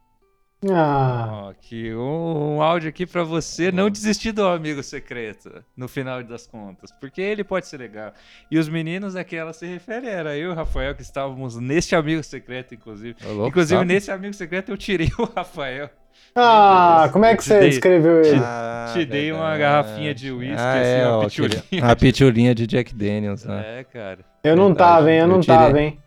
Ah, Aqui um áudio aqui pra você não desistir do amigo secreto no final das contas, porque ele pode ser legal. E os meninos a que ela se refere era eu e o Rafael que estávamos neste amigo secreto, inclusive. Louco, Inclusive, sabe? nesse amigo secreto eu tirei o Rafael. como é que você descreveu ele? Te dei uma garrafinha de uísque, assim, uma pitulinha. Uma pitulinha de Jack Daniels, né? É, cara. Eu não tava, hein? Eu não tava, hein?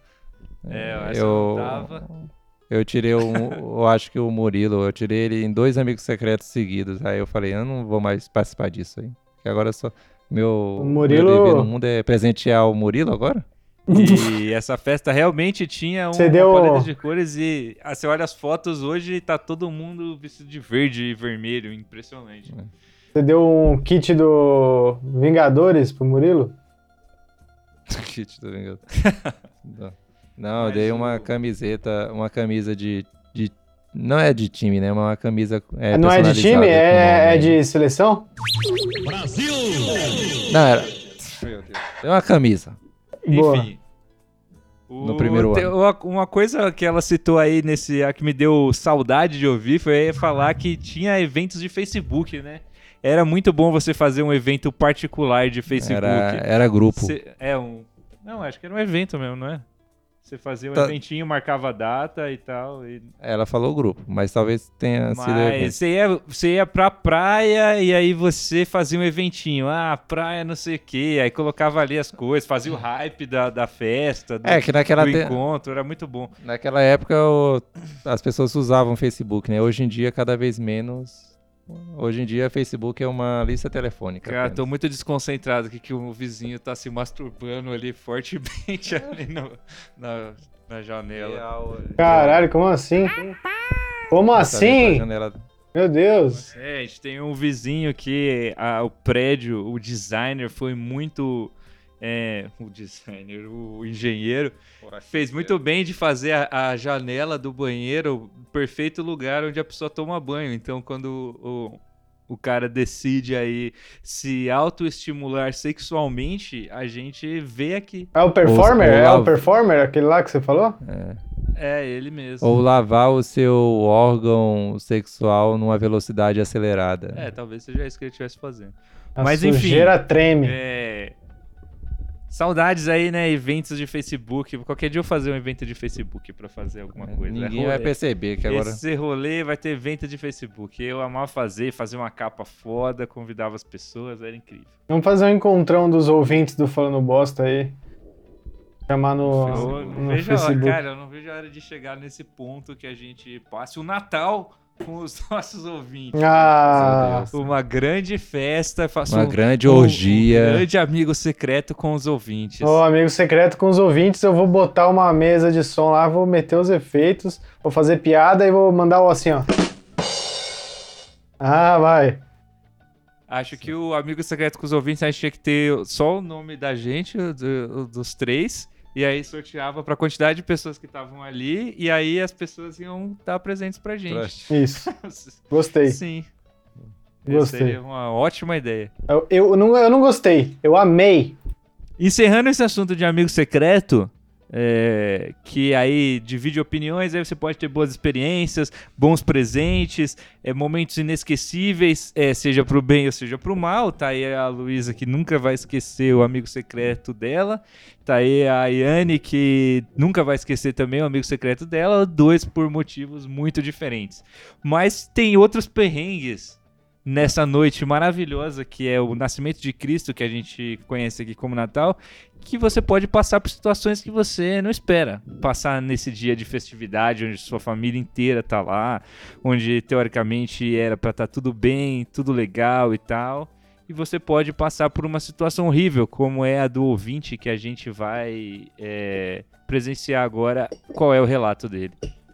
Eu não tava. Eu tirei eu acho que o Murilo, eu tirei ele em 2 amigos secretos seguidos. Aí eu falei, eu não vou mais participar disso aí. Porque agora só meu dever no mundo é presentear o Murilo agora? E essa festa realmente tinha uma paleta de cores e você olha as fotos hoje e tá todo mundo vestido de verde e vermelho, impressionante. Você deu um kit do Vingadores pro Murilo? Kit do Vingadores. Não, eu dei uma camisa de... Não é de time, né? Uma camisa não é de time? É de seleção? Brasil! Não, era... Meu Deus. É uma camisa. Enfim. No primeiro ano. Uma coisa que ela citou aí que me deu saudade de ouvir foi falar que tinha eventos de Facebook, né? Era muito bom você fazer um evento particular de Facebook. Era grupo. Não, acho que era um evento mesmo, não é? Você fazia um eventinho, marcava a data e tal. Ela falou grupo, mas talvez tenha sido evento. Você ia pra praia e aí você fazia um eventinho. Praia não sei o quê. Aí colocava ali as coisas, fazia o hype da festa, do encontro. Era muito bom. Naquela época as pessoas usavam Facebook, né? Hoje em dia, cada vez menos... Hoje em dia, Facebook é uma lista telefônica. Cara, tô muito desconcentrado aqui que o vizinho tá se masturbando ali fortemente ali na janela. Caralho, como assim? Como assim? Meu Deus. A gente tem um vizinho que o prédio, o designer foi muito... o engenheiro fez muito bem de fazer a janela do banheiro o perfeito lugar onde a pessoa toma banho. Então, quando o cara decide aí se autoestimular sexualmente, a gente vê aqui. É o Performer? É o Performer, aquele lá que você falou? É ele mesmo. Ou lavar o seu órgão sexual numa velocidade acelerada. Talvez seja isso que ele estivesse fazendo. Mas enfim. A sujeira treme. Saudades aí, né? Eventos de Facebook. Qualquer dia eu vou fazer um evento de Facebook pra fazer alguma coisa. Ninguém vai perceber que agora... Esse rolê vai ter evento de Facebook. Eu amava fazer uma capa foda, convidava as pessoas, era incrível. Vamos fazer um encontrão dos ouvintes do Falando Bosta aí. Chamar no Facebook. Cara, eu não vejo a hora de chegar nesse ponto que a gente passe o Natal com os nossos ouvintes. Uma grande festa, uma grande orgia. Um grande amigo secreto com os ouvintes. Amigo secreto com os ouvintes, eu vou botar uma mesa de som lá, vou meter os efeitos, vou fazer piada e vou mandar assim, ó. Vai. Acho que o amigo secreto com os ouvintes, a gente tinha que ter só o nome da gente, dos 3. E aí sorteava para a quantidade de pessoas que estavam ali, e aí as pessoas iam estar presentes pra gente. Isso. Gostei. Sim. Gostei. Seria uma ótima ideia. Eu não gostei, eu amei. Encerrando esse assunto de amigo secreto, que aí divide opiniões, aí você pode ter boas experiências, bons presentes, momentos inesquecíveis, seja pro bem ou seja pro mal. Tá aí a Luísa, que nunca vai esquecer o amigo secreto dela. Tá aí a Yane, que nunca vai esquecer também o amigo secreto dela, 2 por motivos muito diferentes. Mas tem outros perrengues nessa noite maravilhosa que é o nascimento de Cristo, que a gente conhece aqui como Natal, que você pode passar por situações que você não espera. Passar nesse dia de festividade, onde sua família inteira tá lá, onde teoricamente era pra estar tudo bem, tudo legal e tal. E você pode passar por uma situação horrível, como é a do ouvinte, que a gente vai presenciar agora. Qual é o relato dele?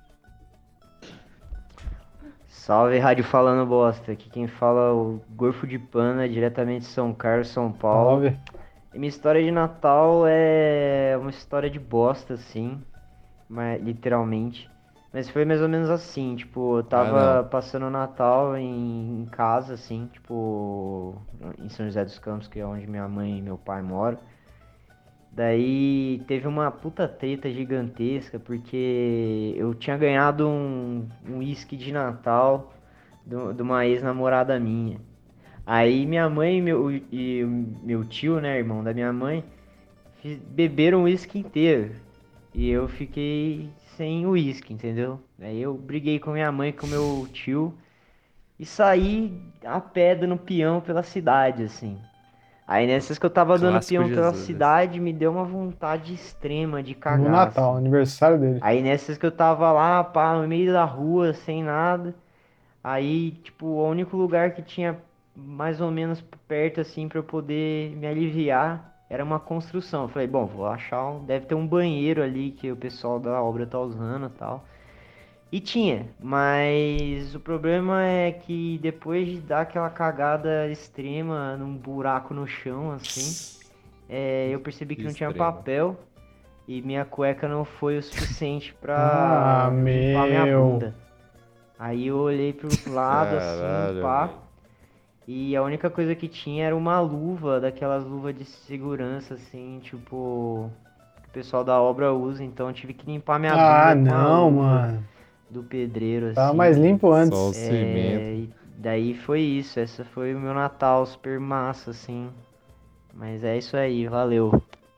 Salve, Rádio Falando Bosta. Aqui quem fala é o Gorfo de Pana, diretamente de São Carlos, São Paulo. Salve. E minha história de Natal é uma história de bosta, assim, mas, literalmente. Mas foi mais ou menos assim, tipo, eu tava passando o Natal em casa, assim, tipo, em São José dos Campos, que é onde minha mãe e meu pai moram. Daí teve uma puta treta gigantesca, porque eu tinha ganhado um uísque de Natal de uma ex-namorada minha. Aí minha mãe e meu tio, né, irmão da minha mãe, beberam o uísque inteiro. E eu fiquei sem uísque, entendeu? Aí eu briguei com minha mãe, com meu tio, e saí a pé dando peão pela cidade, assim. Aí nessas que eu tava dando Clássico peão pela Jesus. cidade, me deu uma vontade extrema de cagar. No Natal, assim. aniversário dele. Aí nessas que eu tava lá, pá, no meio da rua, sem nada. Aí, tipo, o único lugar que tinha mais ou menos perto, assim, pra eu poder me aliviar era uma construção. Eu falei, bom, vou achar deve ter um banheiro ali que o pessoal da obra tá usando e tal. E tinha, mas o problema é que depois de dar aquela cagada extrema num buraco no chão, assim, eu percebi que não tinha papel e minha cueca não foi o suficiente pra limpar minha bunda. Aí eu olhei pro lado, assim, pá, e a única coisa que tinha era uma luva, daquelas luvas de segurança, assim, tipo, que o pessoal da obra usa, então eu tive que limpar minha bunda com a luva Mano. do pedreiro, assim. Tava mais limpo antes. Só o cimento. E daí foi isso, essa foi o meu Natal super massa, assim. Mas é isso aí, valeu.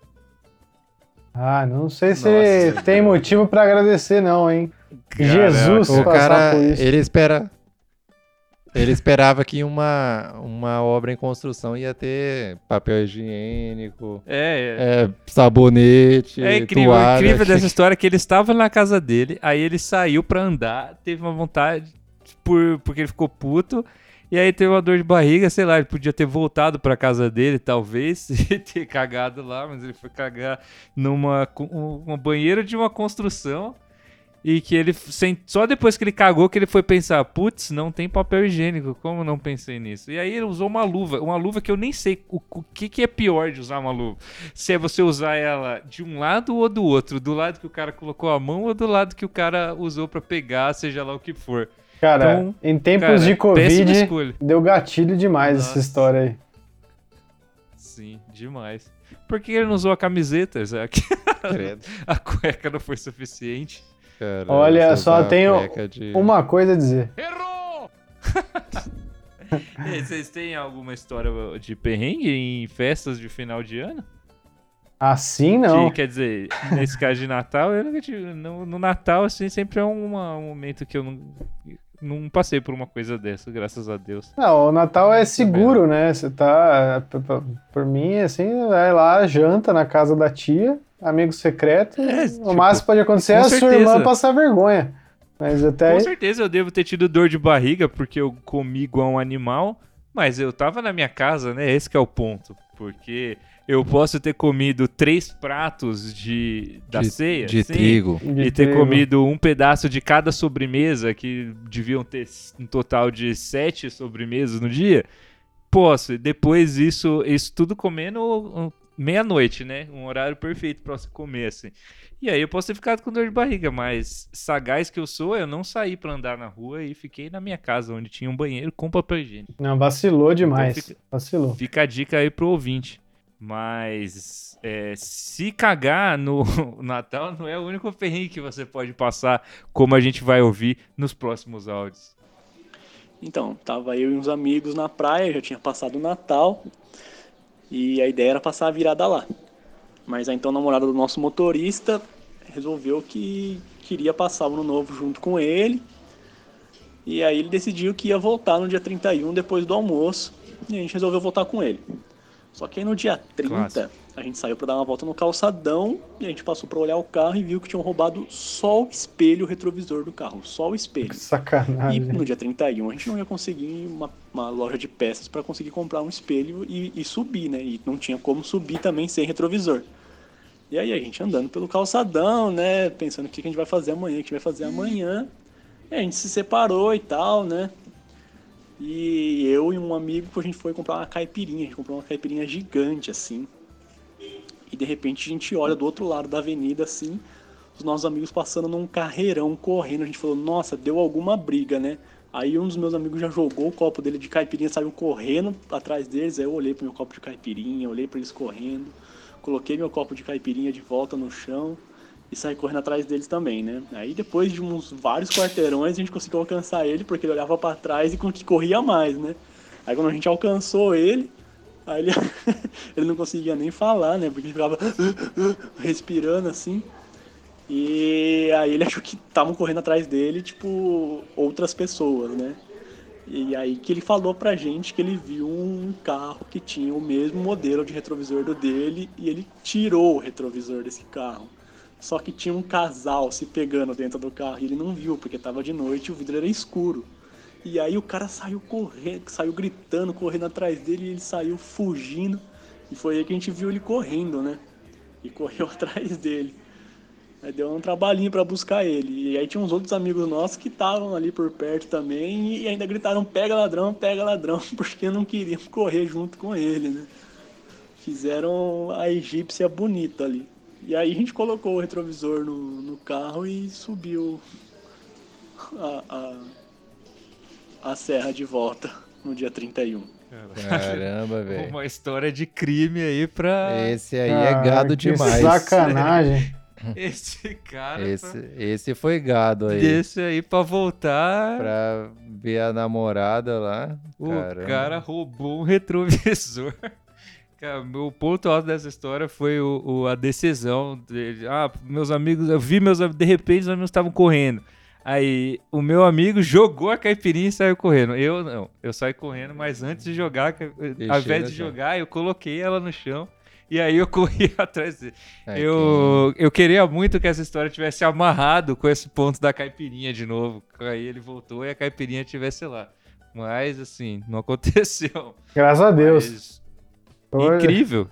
Não sei se tem motivo pra agradecer não, hein. Jesus o passar cara, por isso. Ele esperava que uma obra em construção ia ter papel higiênico, sabonete, incrível, toalha. O incrível dessa história é que ele estava na casa dele, aí ele saiu pra andar, teve uma vontade, porque ele ficou puto, e aí teve uma dor de barriga, sei lá, ele podia ter voltado pra casa dele, talvez, e ter cagado lá, mas ele foi cagar numa banheira de uma construção. E que ele, só depois que ele cagou, que ele foi pensar, putz, não tem papel higiênico, como não pensei nisso? E aí ele usou uma luva que eu nem sei o que é pior de usar uma luva. Se é você usar ela de um lado ou do outro, do lado que o cara colocou a mão ou do lado que o cara usou pra pegar, seja lá o que for. Cara, então, em tempos de Covid, deu gatilho demais. Nossa. Essa história aí. Sim, demais. Por que ele não usou a camiseta? A cueca não foi suficiente. Cara, olha, só tenho uma coisa a dizer. Errou! E vocês têm alguma história de perrengue em festas de final de ano? Assim não. Quer dizer, nesse caso de Natal, eu nunca tive. No Natal, assim, sempre é um momento que eu não passei por uma coisa dessa, graças a Deus. Não, o Natal é seguro, né? Você tá. Por mim, assim, vai lá, janta na casa da tia. Amigo secreto, o máximo que pode acontecer é a sua irmã passar vergonha. Mas até com certeza eu devo ter tido dor de barriga porque eu comi igual um animal, mas eu tava na minha casa, né? Esse que é o ponto. Porque eu posso ter comido 3 pratos da ceia de trigo e ter comido um pedaço de cada sobremesa, que deviam ter um total de 7 sobremesas no dia. Posso, depois isso tudo comendo meia-noite, né? Um horário perfeito pra você comer, assim. E aí eu posso ter ficado com dor de barriga, mas sagaz que eu sou, eu não saí pra andar na rua e fiquei na minha casa, onde tinha um banheiro com papel higiênico. Não, vacilou demais. Então vacilou. Fica a dica aí pro ouvinte. Mas se cagar no Natal não é o único perrengue que você pode passar, como a gente vai ouvir nos próximos áudios. Então, tava eu e uns amigos na praia, já tinha passado o Natal. E a ideia era passar a virada lá. Mas aí então a namorada do nosso motorista resolveu que queria passar o ano novo junto com ele. E aí ele decidiu que ia voltar no dia 31 depois do almoço. E a gente resolveu voltar com ele. Só que aí no dia 30, Clássico. A gente saiu para dar uma volta no calçadão. E a gente passou para olhar o carro e viu que tinham roubado só o espelho retrovisor do carro. Só o espelho. Sacanagem. E no dia 31 a gente não ia conseguir uma loja de peças para conseguir comprar um espelho e subir, né? E não tinha como subir também sem retrovisor. E aí a gente andando pelo calçadão, né? Pensando o que a gente vai fazer amanhã, E a gente se separou e tal, né? E eu e um amigo, a gente foi comprar uma caipirinha. A gente comprou uma caipirinha gigante, assim. E de repente a gente olha do outro lado da avenida, assim, os nossos amigos passando num carreirão, correndo. A gente falou, nossa, deu alguma briga, né? Aí um dos meus amigos já jogou o copo dele de caipirinha, saiu correndo atrás deles. Aí eu olhei pro meu copo de caipirinha, olhei pra eles correndo, coloquei meu copo de caipirinha de volta no chão e saí correndo atrás deles também, né? Aí depois de uns vários quarteirões a gente conseguiu alcançar ele, porque ele olhava pra trás e corria mais, né? Aí quando a gente alcançou ele, aí ele, ele não conseguia nem falar, né? Porque ele ficava respirando assim. E aí ele achou que estavam correndo atrás dele, tipo, outras pessoas, né? E aí que ele falou pra gente que ele viu um carro que tinha o mesmo modelo de retrovisor do dele e ele tirou o retrovisor desse carro. Só que tinha um casal se pegando dentro do carro e ele não viu, porque tava de noite e o vidro era escuro. E aí o cara saiu correndo, saiu gritando, correndo atrás dele e ele saiu fugindo. E foi aí que a gente viu ele correndo, né? E correu atrás dele. Aí deu um trabalhinho pra buscar ele. E aí tinha uns outros amigos nossos que estavam ali por perto também e ainda gritaram pega ladrão, porque não queriam correr junto com ele, né? Fizeram a egípcia bonita ali. E aí a gente colocou o retrovisor no carro e subiu a serra de volta no dia 31. Caramba, velho. Uma história de crime aí pra... Esse aí é gado demais. Sacanagem. Esse cara... Esse foi gado aí. Esse aí pra voltar... Pra ver a namorada lá. O cara roubou um retrovisor. Cara, meu ponto alto dessa história foi a decisão dele. Meus amigos... Eu vi de repente os amigos estavam correndo. Aí o meu amigo jogou a caipirinha e saiu correndo. Eu não. Eu saí correndo, mas antes de jogar, ao invés de jogar, eu coloquei ela no chão. E aí eu corri atrás dele. Eu queria muito que essa história tivesse amarrado com esse ponto da caipirinha de novo. Aí ele voltou e a caipirinha estivesse lá. Mas, assim, não aconteceu. Graças a Deus. Incrível.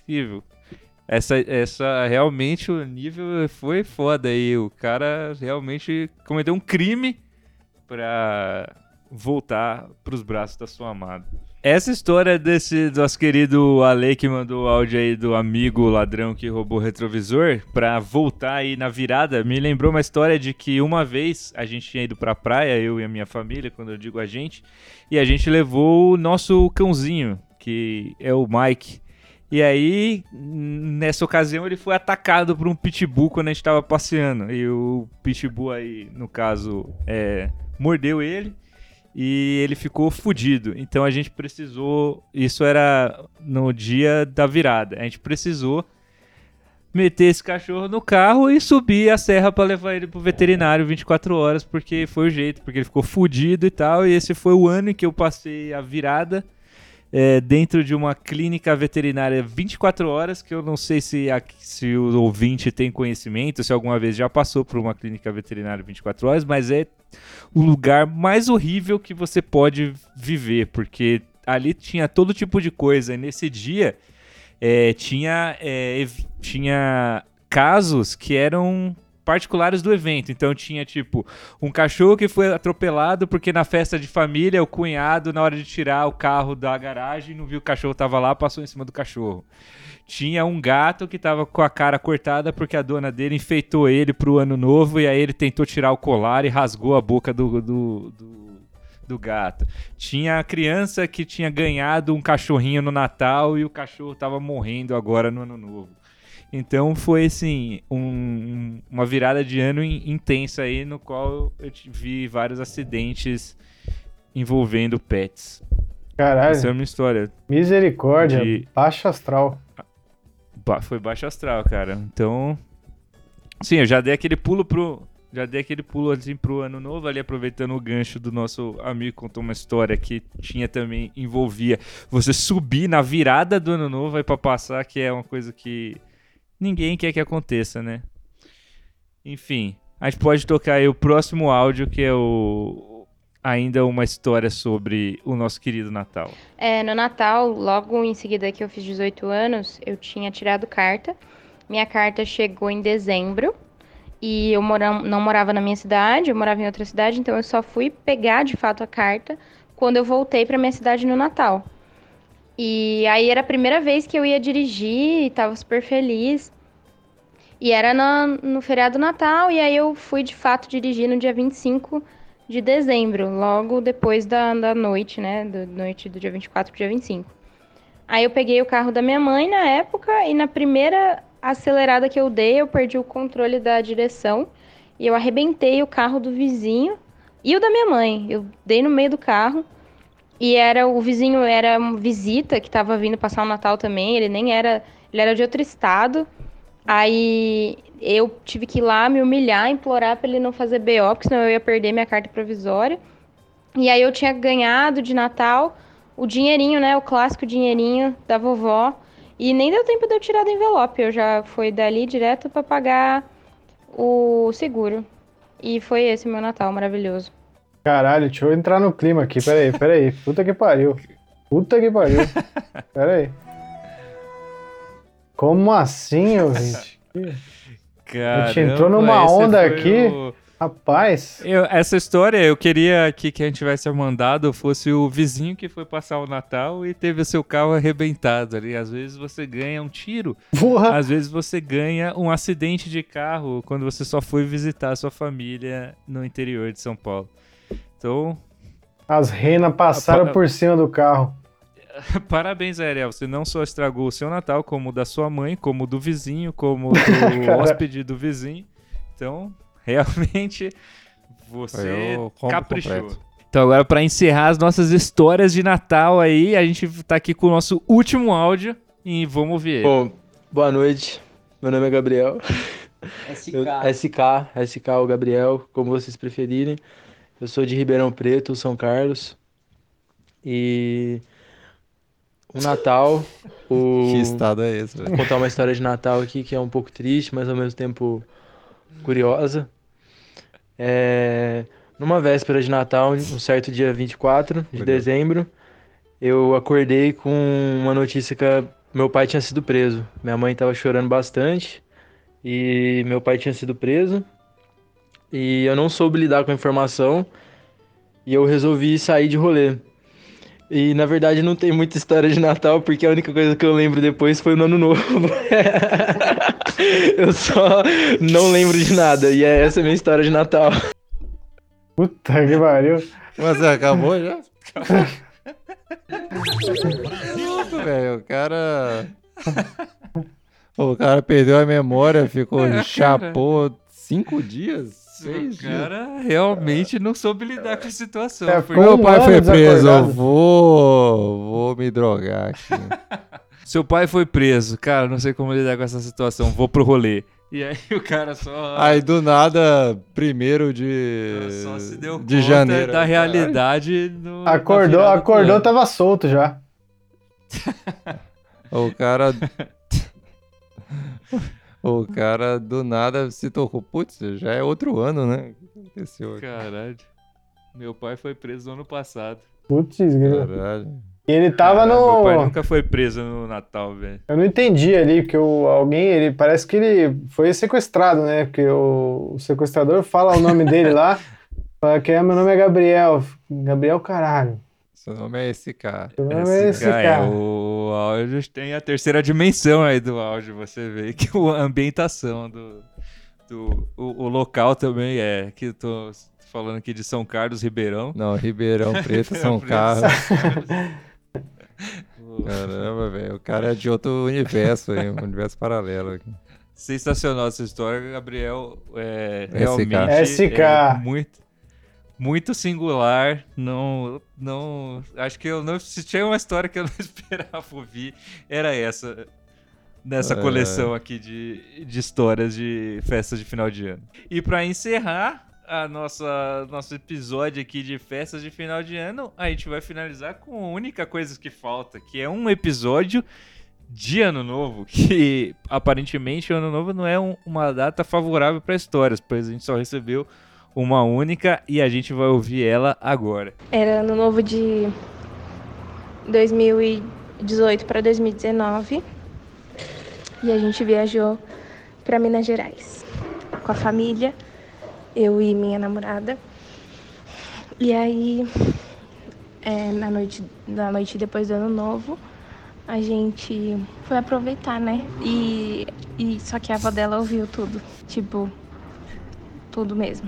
Essa realmente o nível foi foda aí. O cara realmente cometeu um crime pra voltar pros braços da sua amada. Essa história desse nosso querido Ale que mandou o áudio aí do amigo ladrão que roubou o retrovisor pra voltar aí na virada, me lembrou uma história de que uma vez a gente tinha ido pra praia, eu e a minha família, quando eu digo a gente, e a gente levou o nosso cãozinho, que é o Mike. E aí, nessa ocasião, ele foi atacado por um pitbull quando a gente tava passeando. E o pitbull aí, no caso, mordeu ele. E ele ficou fudido. Então a gente precisou... Isso era no dia da virada. A gente precisou meter esse cachorro no carro e subir a serra pra levar ele pro veterinário 24 horas, porque foi o jeito, porque ele ficou fudido e tal. E esse foi o ano em que eu passei a virada dentro de uma clínica veterinária 24 horas, que eu não sei se o ouvinte tem conhecimento, se alguma vez já passou por uma clínica veterinária 24 horas, mas é o lugar mais horrível que você pode viver, porque ali tinha todo tipo de coisa, e nesse dia tinha casos que eram particulares do evento. Então tinha tipo um cachorro que foi atropelado porque na festa de família o cunhado, na hora de tirar o carro da garagem, não viu o cachorro tava lá, passou em cima do cachorro. Tinha um gato que tava com a cara cortada porque a dona dele enfeitou ele pro ano novo e aí ele tentou tirar o colar e rasgou a boca do gato. Tinha a criança que tinha ganhado um cachorrinho no Natal e o cachorro tava morrendo agora no ano novo. Então foi assim, uma virada de ano intensa aí, no qual eu vi vários acidentes envolvendo pets. Caralho. Essa é uma história. Misericórdia, baixo astral. Foi baixo astral, cara. Então, sim, eu já dei aquele pulo assim pro ano novo, ali aproveitando o gancho do nosso amigo, contou uma história que envolvia você subir na virada do ano novo aí pra passar, que é uma coisa que ninguém quer que aconteça, né? Enfim, a gente pode tocar aí o próximo áudio, que é ainda uma história sobre o nosso querido Natal. No Natal, logo em seguida que eu fiz 18 anos, eu tinha tirado carta. Minha carta chegou em dezembro e eu não morava na minha cidade, eu morava em outra cidade, então eu só fui pegar de fato a carta quando eu voltei para minha cidade no Natal. E aí era a primeira vez que eu ia dirigir e tava super feliz. E era no feriado do Natal, e aí eu fui de fato dirigir no dia 25 de dezembro, logo depois da noite, né? Da noite do dia 24 pro dia 25. Aí eu peguei o carro da minha mãe na época, e na primeira acelerada que eu dei, eu perdi o controle da direção, e eu arrebentei o carro do vizinho e o da minha mãe. Eu dei no meio do carro, e o vizinho era uma visita que tava vindo passar o Natal também, ele era de outro estado. Aí eu tive que ir lá me humilhar, implorar pra ele não fazer BO, porque senão eu ia perder minha carta provisória. E aí eu tinha ganhado de Natal o dinheirinho, né? O clássico dinheirinho da vovó. E nem deu tempo de eu tirar do envelope. Eu já fui dali direto pra pagar o seguro. E foi esse o meu Natal maravilhoso. Caralho, deixa eu entrar no clima aqui. Peraí. Puta que pariu. Peraí. Como assim, ouvinte? A gente entrou numa onda aqui. Rapaz. Essa história, eu queria que a gente tivesse mandado fosse o vizinho que foi passar o Natal e teve o seu carro arrebentado ali. Às vezes você ganha um tiro. Porra. Às vezes você ganha um acidente de carro quando você só foi visitar a sua família no interior de São Paulo. Então... As renas passaram por cima do carro. Parabéns, Ariel. Você não só estragou o seu Natal, como o da sua mãe, como o do vizinho, como o do hóspede do vizinho. Então, realmente, você caprichou. Completo. Então, agora, para encerrar as nossas histórias de Natal aí, a gente tá aqui com o nosso último áudio e vamos ouvir ele. Bom, boa noite. Meu nome é Gabriel. SK, o Gabriel, como vocês preferirem. Eu sou de Ribeirão Preto, São Carlos. E... o Natal, Que estado é esse, velho? Vou contar uma história de Natal aqui que é um pouco triste, mas ao mesmo tempo curiosa. Numa véspera de Natal, um certo dia 24 de dezembro, eu acordei com uma notícia que meu pai tinha sido preso. Minha mãe estava chorando bastante e meu pai tinha sido preso. E eu não soube lidar com a informação e eu resolvi sair de rolê. E, na verdade, não tem muita história de Natal, porque a única coisa que eu lembro depois foi no Ano Novo. Eu só não lembro de nada, e essa é a minha história de Natal. Puta que pariu. Mas acabou já? Velho, o cara perdeu a memória, ficou chapou 5 dias, 6 dias. O cara realmente não soube lidar com a situação. Meu pai foi preso, eu vou me drogar aqui. Seu pai foi preso, cara, não sei como lidar com essa situação, vou pro rolê. E aí o cara só... Aí do nada, 1º só se deu de conta janeiro da realidade. Acordou, tava solto já. O cara do nada se tocou. Putz, já é outro ano, né? O que aconteceu aqui? Caralho. Meu pai foi preso no ano passado. Putz, caralho. E ele tava Meu pai nunca foi preso no Natal, velho. Eu não entendi ali, porque ele parece que ele foi sequestrado, né? Porque o sequestrador fala o nome dele lá, fala que meu nome é Gabriel. Gabriel, caralho. Seu nome é SK. Seu nome é SK. O áudio tem a terceira dimensão aí do áudio, você vê que a ambientação o local também que eu tô falando aqui de São Carlos, Ribeirão. Não, Ribeirão Preto, São Carlos. Caramba, velho, o cara é de outro universo aí, um universo paralelo aqui. Sensacional essa história, Gabriel. Realmente SK. Muito singular. Não, acho que se tinha uma história que eu não esperava ouvir, era essa. Nessa coleção aqui de histórias de festas de final de ano. E para encerrar nosso episódio aqui de festas de final de ano, a gente vai finalizar com a única coisa que falta, que é um episódio de Ano Novo, que aparentemente o Ano Novo não é uma data favorável para histórias, pois a gente só recebeu uma única e a gente vai ouvir ela agora. Era Ano Novo de 2018 para 2019 e a gente viajou para Minas Gerais com a família, eu e minha namorada. E aí, na noite depois do Ano Novo, a gente foi aproveitar, né? E E só que a avó dela ouviu tudo, tipo, tudo mesmo.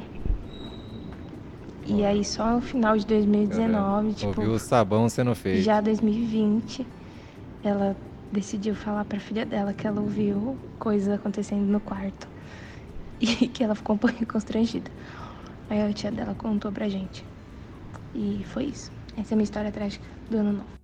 E aí só no final de 2019, tipo, Ouviu o sabão sendo feito. já 2020, ela decidiu falar pra filha dela que ela ouviu coisas acontecendo no quarto. E que ela ficou um pouquinho constrangida. Aí a tia dela contou pra gente. E foi isso. Essa é a minha história trágica do ano novo.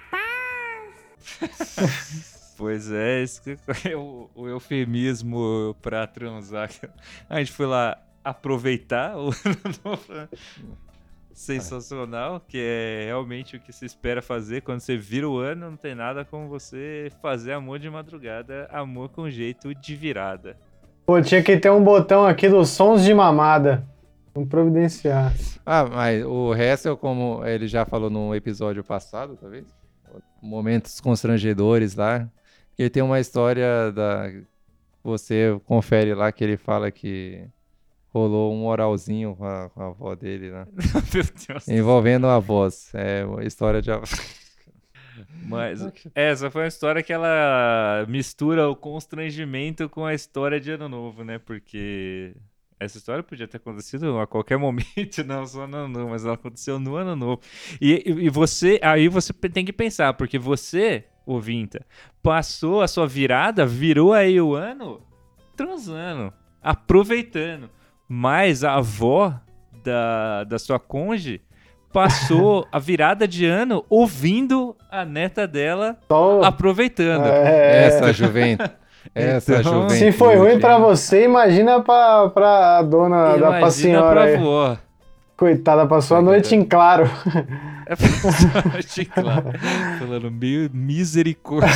Pois é, esse que é o eufemismo pra transar. A gente foi lá aproveitar o ano novo. Sensacional, que é realmente o que se espera fazer quando você vira o ano. Não tem nada como você fazer amor de madrugada, amor com jeito de virada. Pô, tinha que ter um botão aqui dos sons de mamada. Vamos providenciar. Mas o Hessel, como ele já falou no episódio passado, talvez, momentos constrangedores lá, ele tem uma história você confere lá que ele fala que rolou um oralzinho com a avó dele, né? Meu Deus. Envolvendo a voz. É uma história de... Mas essa foi uma história que ela mistura o constrangimento com a história de Ano Novo, né? Porque essa história podia ter acontecido a qualquer momento, não só no Ano Novo, mas ela aconteceu no Ano Novo. E você tem que pensar, porque você, ouvinta, passou a sua virada, virou aí o ano transando, aproveitando. Mas a avó da sua cônjuge passou a virada de ano ouvindo a neta dela aproveitando. Essa juventude. Se foi ruim pra você, imagina pra dona, pra senhora aí. Avó. Coitada, passou a noite em claro. Passou a noite em claro. Falando meio misericórdia.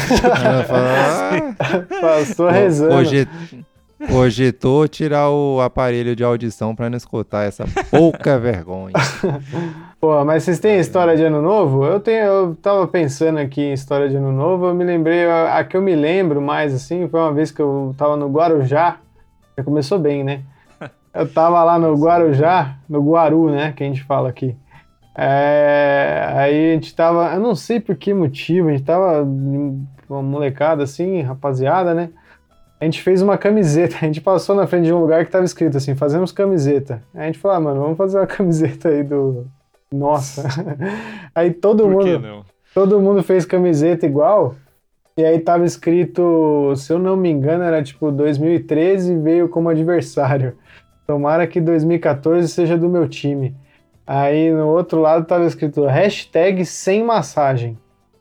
Passou rezando. Cogitou tirar o aparelho de audição pra não escutar essa pouca vergonha. Pô, mas vocês têm história de Ano Novo? Eu tava pensando aqui em história de Ano Novo, eu me lembrei, a que eu me lembro mais, assim, foi uma vez que eu tava no Guarujá, já começou bem, né? Eu tava lá no Guarujá, no Guaru, né, que a gente fala aqui. Aí a gente tava, eu não sei por que motivo, a gente tava uma molecada assim, rapaziada, né? A gente fez uma camiseta, a gente passou na frente de um lugar que tava escrito assim, fazemos camiseta. Aí a gente falou, mano, vamos fazer uma camiseta aí do... Nossa. Aí todo mundo fez camiseta igual, e aí tava escrito, se eu não me engano, era tipo 2013 veio como adversário. Tomara que 2014 seja do meu time. Aí no outro lado tava escrito hashtag sem massagem.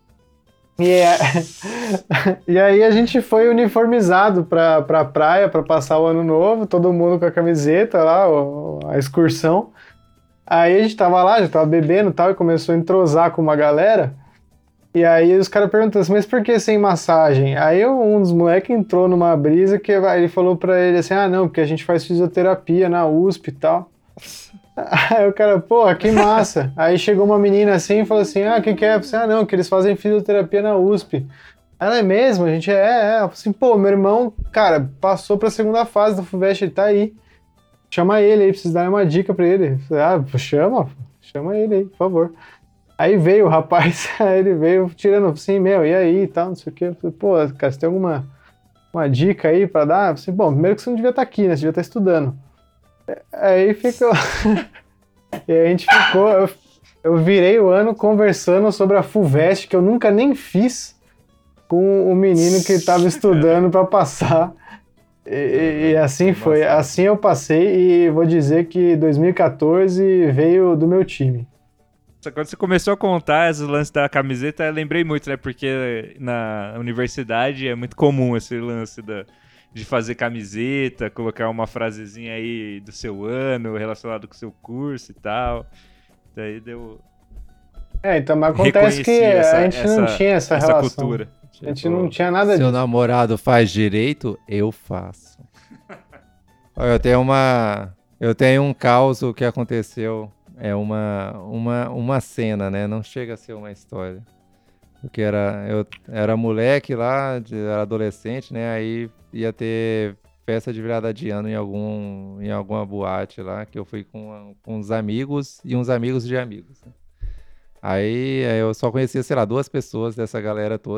E aí a gente foi uniformizado pra praia pra passar o ano novo, todo mundo com a camiseta lá, a excursão. Aí a gente tava lá, já tava bebendo e tal, e começou a entrosar com uma galera. E aí os caras perguntam assim, mas por que sem massagem? Aí um dos moleques entrou numa brisa que ele falou pra ele assim, não, porque a gente faz fisioterapia na USP e tal. Aí o cara, pô, que massa. Aí chegou uma menina assim e falou assim, o que é? Eu falei, não, que eles fazem fisioterapia na USP. Ela é mesmo? A gente Ela falou assim, pô, meu irmão, cara, passou pra segunda fase da FUVEST, ele tá aí. Chama ele aí, preciso dar uma dica pra ele. Eu falei, chama ele aí, por favor. Aí veio o rapaz, aí ele veio tirando assim, e aí e tal, não sei o que. Eu falei, pô, cara, você tem uma dica aí pra dar? Eu falei, bom, primeiro que você não devia estar aqui, né? Você devia estar estudando. Aí ficou... E aí a gente ficou... Eu virei o ano conversando sobre a FUVEST, que eu nunca nem fiz, com o menino que estava estudando para passar. E assim foi. Assim eu passei e vou dizer que 2014 veio do meu time. Quando você começou a contar esses lances da camiseta, eu lembrei muito, né? Porque na universidade é muito comum esse lance de fazer camiseta, colocar uma frasezinha aí do seu ano relacionado com o seu curso e tal. Daí deu... então, mas acontece que a gente não tinha essa relação. Cultura. A gente não tinha nada disso. Seu namorado faz direito, eu faço. Olha, eu tenho um caos que aconteceu, uma cena, né? Não chega a ser uma história. Porque eu era moleque lá, era adolescente, né? Aí ia ter festa de virada de ano em alguma boate lá, que eu fui com uns amigos e uns amigos de amigos. Né? Aí eu só conhecia, sei lá, 2 pessoas dessa galera toda.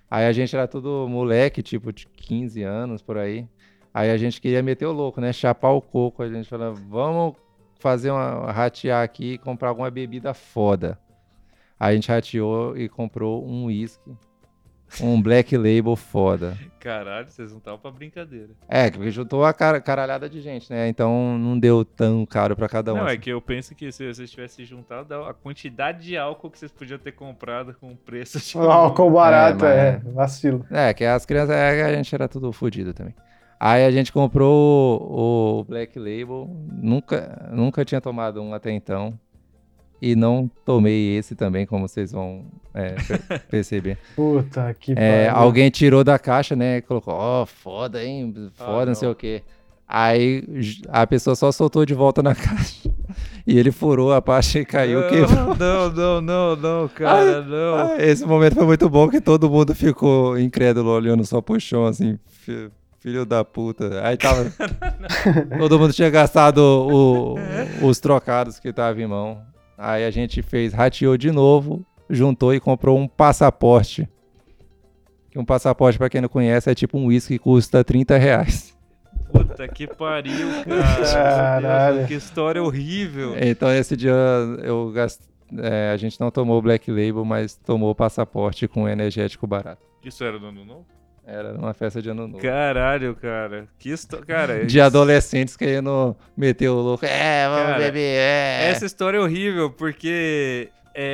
Aí a gente era tudo moleque, tipo, de 15 anos, por aí. Aí a gente queria meter o louco, né? Chapar o coco. A gente falou, vamos ratear aqui e comprar alguma bebida foda. Aí a gente rateou e comprou um whisky. Um Black Label foda. Caralho, vocês não estavam pra brincadeira. Porque juntou a caralhada de gente, né? Então não deu tão caro pra cada um. Não, assim. é que eu penso que se vocês tivessem juntado a quantidade de álcool que vocês podiam ter comprado com o preço de... O álcool barato, vacilo. Que as crianças, a gente era tudo fodido também. Aí a gente comprou o Black Label, nunca tinha tomado um até então. E não tomei esse também, como vocês vão perceber. Puta que pariu. Alguém tirou da caixa, né? Colocou, foda, hein? Foda, não sei o quê. Aí a pessoa só soltou de volta na caixa. E ele furou a parte e caiu, quebrou. Não, cara, não. Esse momento foi muito bom, que todo mundo ficou incrédulo, olhando só pro chão, assim, filho da puta. Aí tava... todo mundo tinha gastado os trocados que tava em mão. Aí a gente rateou de novo, juntou e comprou um passaporte. Que um passaporte, pra quem não conhece, é tipo um uísque que custa R$30. Puta que pariu, cara. Meu Deus, que história horrível. Então esse dia a gente não tomou o Black Label, mas tomou o passaporte com energético barato. Isso era no Ano Novo? Era uma festa de Ano Novo. Caralho, cara. Cara, de adolescentes querendo meter o louco. Vamos beber. Essa história é horrível, porque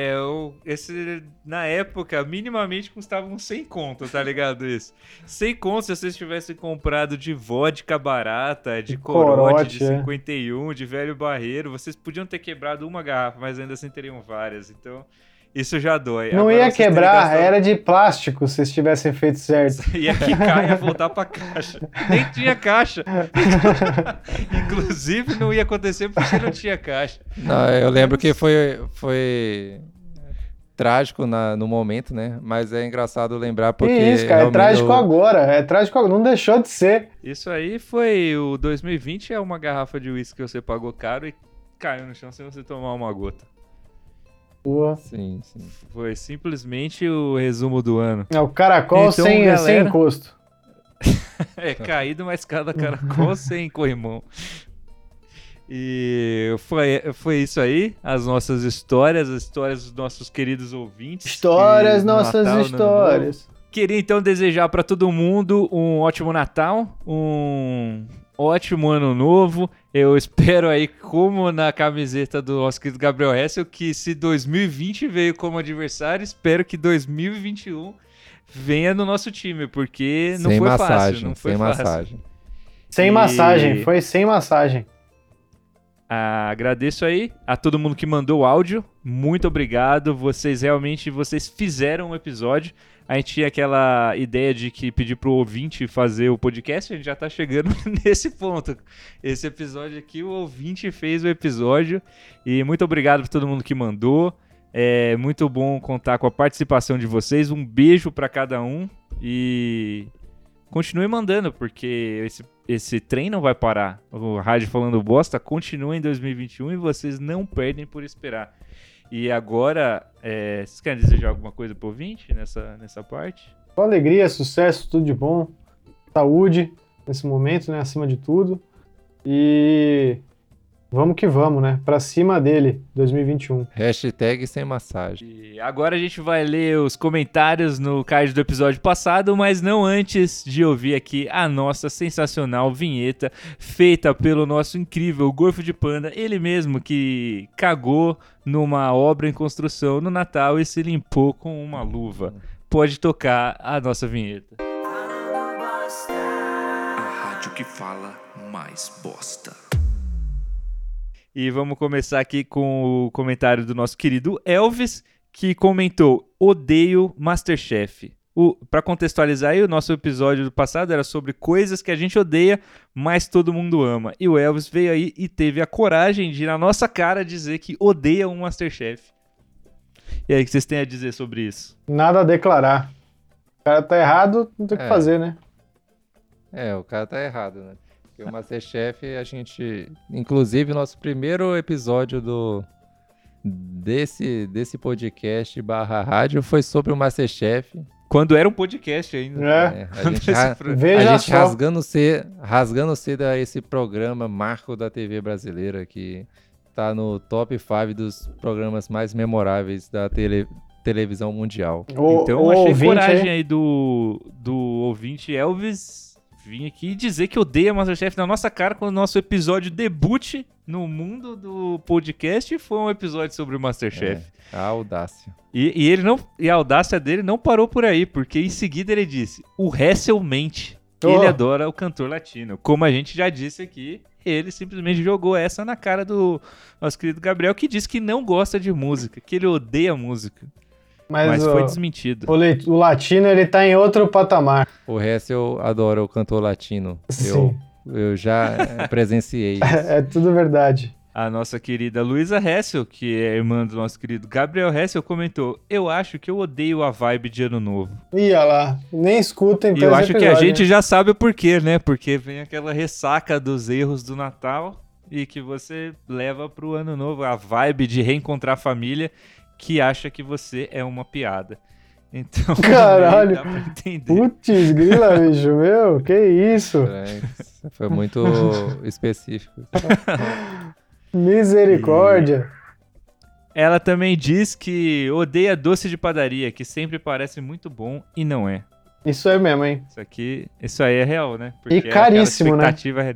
na época, minimamente custava uns 100 conto, tá ligado isso? 100 conto se vocês tivessem comprado de vodka barata, de corote de 51, de velho barreiro, vocês podiam ter quebrado uma garrafa, mas ainda assim teriam várias, então... Isso já dói. Não ia quebrar, era de plástico, se vocês tivessem feito certo. Ia quicar, ia voltar pra caixa. Nem tinha caixa. Inclusive, não ia acontecer porque não tinha caixa. Não, eu lembro que foi trágico no momento, né? Mas é engraçado lembrar porque... Isso, cara, é trágico agora. Não deixou de ser. Isso aí foi o 2020, é uma garrafa de uísque que você pagou caro e caiu no chão sem você tomar uma gota. Boa. Sim. Foi simplesmente o resumo do ano. É o caracol então, sem encosto. Caído, mas cada caracol sem corrimão. E foi isso aí, as nossas histórias, as histórias dos nossos queridos ouvintes. Nossas histórias. Queria então desejar para todo mundo um ótimo Natal, um ótimo Ano Novo. Eu espero aí, como na camiseta do nosso querido Gabriel Hessel, que se 2020 veio como adversário, espero que 2021 venha no nosso time, porque não foi fácil. Não foi fácil. Sem massagem, foi sem massagem. Agradeço aí a todo mundo que mandou o áudio. Muito obrigado. Vocês fizeram um episódio. A gente tinha aquela ideia de que pedir pro ouvinte fazer o podcast, a gente já tá chegando nesse ponto. Esse episódio aqui, o ouvinte fez o episódio. E muito obrigado por todo mundo que mandou. É muito bom contar com a participação de vocês. Um beijo para cada um. E continue mandando, porque esse trem não vai parar. O Rádio Falando Bosta continua em 2021 e vocês não perdem por esperar. E agora, vocês querem desejar alguma coisa pro ouvinte nessa parte? Só alegria, sucesso, tudo de bom. Saúde nesse momento, né? Acima de tudo. E vamos que vamos, né? Pra cima dele, 2021. Hashtag sem massagem. E agora a gente vai ler os comentários no card do episódio passado, mas não antes de ouvir aqui a nossa sensacional vinheta feita pelo nosso incrível Gorfo de Panda, ele mesmo que cagou numa obra em construção no Natal e se limpou com uma luva. Pode tocar a nossa vinheta. A rádio que fala mais bosta. E vamos começar aqui com o comentário do nosso querido Elvis, que comentou: odeio Masterchef. Para contextualizar aí, o nosso episódio do passado era sobre coisas que a gente odeia, mas todo mundo ama. E o Elvis veio aí e teve a coragem de, na nossa cara, dizer que odeia um Masterchef. E aí, o que vocês têm a dizer sobre isso? Nada a declarar. O cara tá errado, não tem o que fazer, né? O cara tá errado, né? Porque o Masterchef, a gente... Inclusive, nosso primeiro episódio desse podcast /rádio foi sobre o Masterchef. Quando era um podcast ainda. A gente rasgando cedo esse programa marco da TV brasileira, que tá no top 5 dos programas mais memoráveis da televisão mundial. Então achei coragem aí do ouvinte Elvis vir aqui dizer que odeia MasterChef na nossa cara quando o nosso episódio debut no mundo do podcast foi um episódio sobre o MasterChef. A audácia. E a audácia dele não parou por aí, porque em seguida ele disse: o Hessel mente, que ele adora o cantor latino. Como a gente já disse aqui, ele simplesmente jogou essa na cara do nosso querido Gabriel, que disse que não gosta de música, que ele odeia música. Mas foi desmentido. O latino, ele tá em outro patamar. O Hessel adora o cantor latino. Sim. Eu já presenciei isso. É tudo verdade. A nossa querida Luísa Hessel, que é irmã do nosso querido Gabriel Hessel, comentou: eu acho que eu odeio a vibe de Ano Novo. Ia lá, nem escuta então. E eu acho que a gente já sabe o porquê, né? Porque vem aquela ressaca dos erros do Natal e que você leva pro Ano Novo, a vibe de reencontrar a família que acha que você é uma piada. Então, caralho, dá pra entender. Putz, grila, bicho, meu, que isso? Foi muito específico. Misericórdia. Ela também diz que odeia doce de padaria, que sempre parece muito bom e não é. Isso é mesmo, hein? Isso aí é real, né? Porque e caríssimo, né?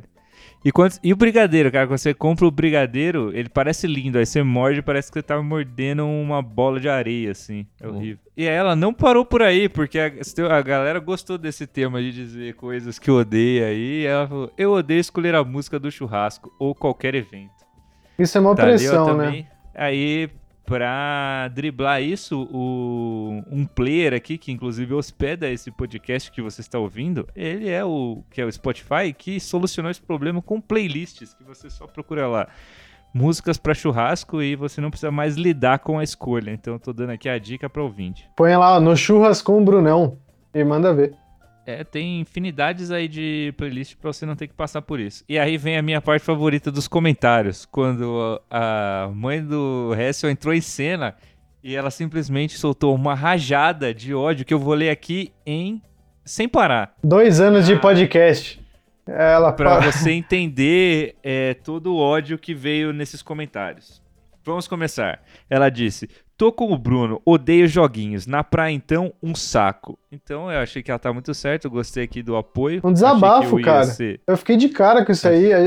E o brigadeiro, cara, quando você compra o brigadeiro, ele parece lindo, aí você morde, parece que você tá mordendo uma bola de areia, assim, é horrível. E ela não parou por aí, porque a galera gostou desse tema de dizer coisas que odeia aí, e ela falou: eu odeio escolher a música do churrasco ou qualquer evento. Isso é uma pressão, né? Aí, pra driblar isso, um player aqui, que inclusive hospeda esse podcast que você está ouvindo, ele é o Spotify, que solucionou esse problema com playlists, que você só procura lá músicas para churrasco e você não precisa mais lidar com a escolha. Então eu tô dando aqui a dica para ouvinte. Põe lá, no Churras com o Brunão, e manda ver. Tem infinidades aí de playlist pra você não ter que passar por isso. E aí vem a minha parte favorita dos comentários, quando a mãe do Hessel entrou em cena e ela simplesmente soltou uma rajada de ódio que eu vou ler aqui sem parar. 2 anos de podcast. Pra você entender todo o ódio que veio nesses comentários. Vamos começar. Ela disse: tô com o Bruno, odeio joguinhos. Na praia, então, um saco. Então, eu achei que ela tá muito certa. Eu gostei aqui do apoio. Um desabafo, cara. Eu fiquei de cara com isso aí.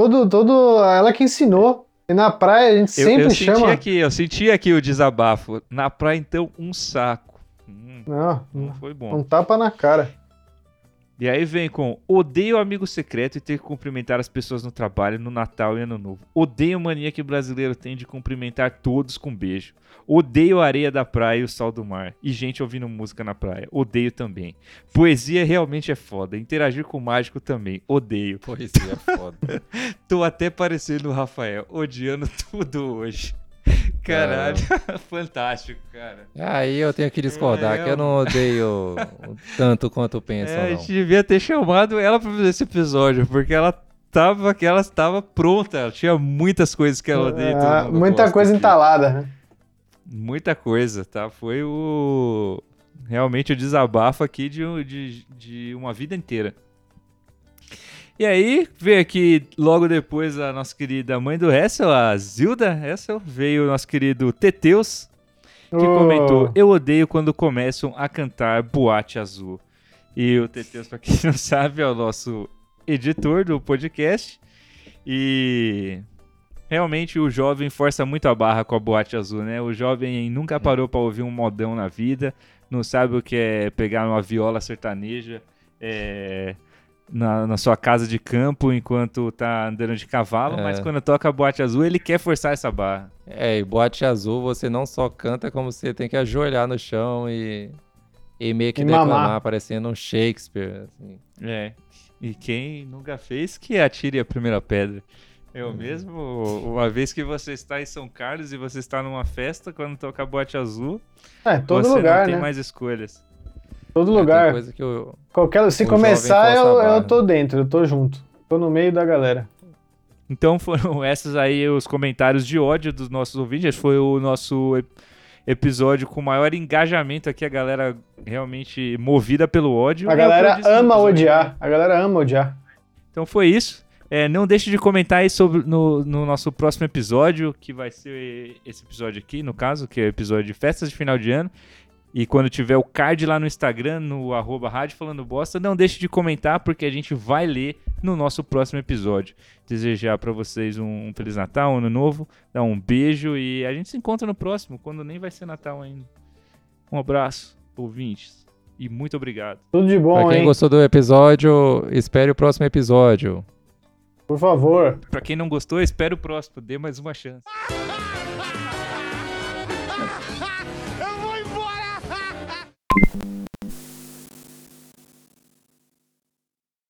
Ela que ensinou. E na praia, a gente sempre chama... Eu senti aqui o desabafo. Na praia, então, um saco. Não foi bom. Um tapa na cara. E aí vem com: odeio amigo secreto e ter que cumprimentar as pessoas no trabalho, no Natal e Ano Novo. Odeio a mania que o brasileiro tem de cumprimentar todos com beijo. Odeio a areia da praia e o sal do mar. E gente ouvindo música na praia. Odeio também. Poesia realmente é foda. Interagir com o mágico também. Odeio. Poesia é foda. Tô até parecendo o Rafael. Odiando tudo hoje. Caralho, fantástico, cara. Aí eu tenho que discordar, que eu não odeio tanto quanto penso. A gente devia ter chamado ela pra fazer esse episódio, porque ela estava pronta. Ela tinha muitas coisas que ela odeia. Muita coisa entalada, né? Muita coisa, tá? Foi realmente o desabafo aqui de uma vida inteira. E aí, veio aqui logo depois a nossa querida mãe do Hessel, a Zilda Hessel, veio o nosso querido Teteus, que comentou: eu odeio quando começam a cantar Boate Azul. E o Teteus, pra quem não sabe, é o nosso editor do podcast. E realmente o jovem força muito a barra com a Boate Azul, né? O jovem nunca parou pra ouvir um modão na vida, não sabe o que é pegar uma viola sertaneja, na sua casa de campo enquanto tá andando de cavalo, mas quando toca a Boate Azul, ele quer forçar essa barra. E Boate Azul você não só canta, como você tem que ajoelhar no chão e meio que declamar, parecendo um Shakespeare. Assim. E quem nunca fez, que atire a primeira pedra. Eu mesmo, uma vez que você está em São Carlos e você está numa festa, quando toca a Boate Azul, todo você lugar, não tem né? mais escolhas. Todo lugar. Coisa que se começar, eu tô dentro, eu tô junto. Tô no meio da galera. Então foram esses aí os comentários de ódio dos nossos ouvintes. Foi o nosso episódio com maior engajamento aqui, a galera realmente movida pelo ódio. A galera ama odiar. A galera ama odiar. Então foi isso. Não deixe de comentar aí no nosso próximo episódio, que vai ser esse episódio aqui, no caso, que é o episódio de festas de final de ano. E quando tiver o card lá no Instagram, no @Rádio Falando Bosta, não deixe de comentar, porque a gente vai ler no nosso próximo episódio. Desejar pra vocês um Feliz Natal, um Ano Novo, dar um beijo e a gente se encontra no próximo, quando nem vai ser Natal ainda. Um abraço, ouvintes, e muito obrigado. Tudo de bom, pra quem gostou do episódio, espere o próximo episódio. Por favor. Pra quem não gostou, espere o próximo, dê mais uma chance.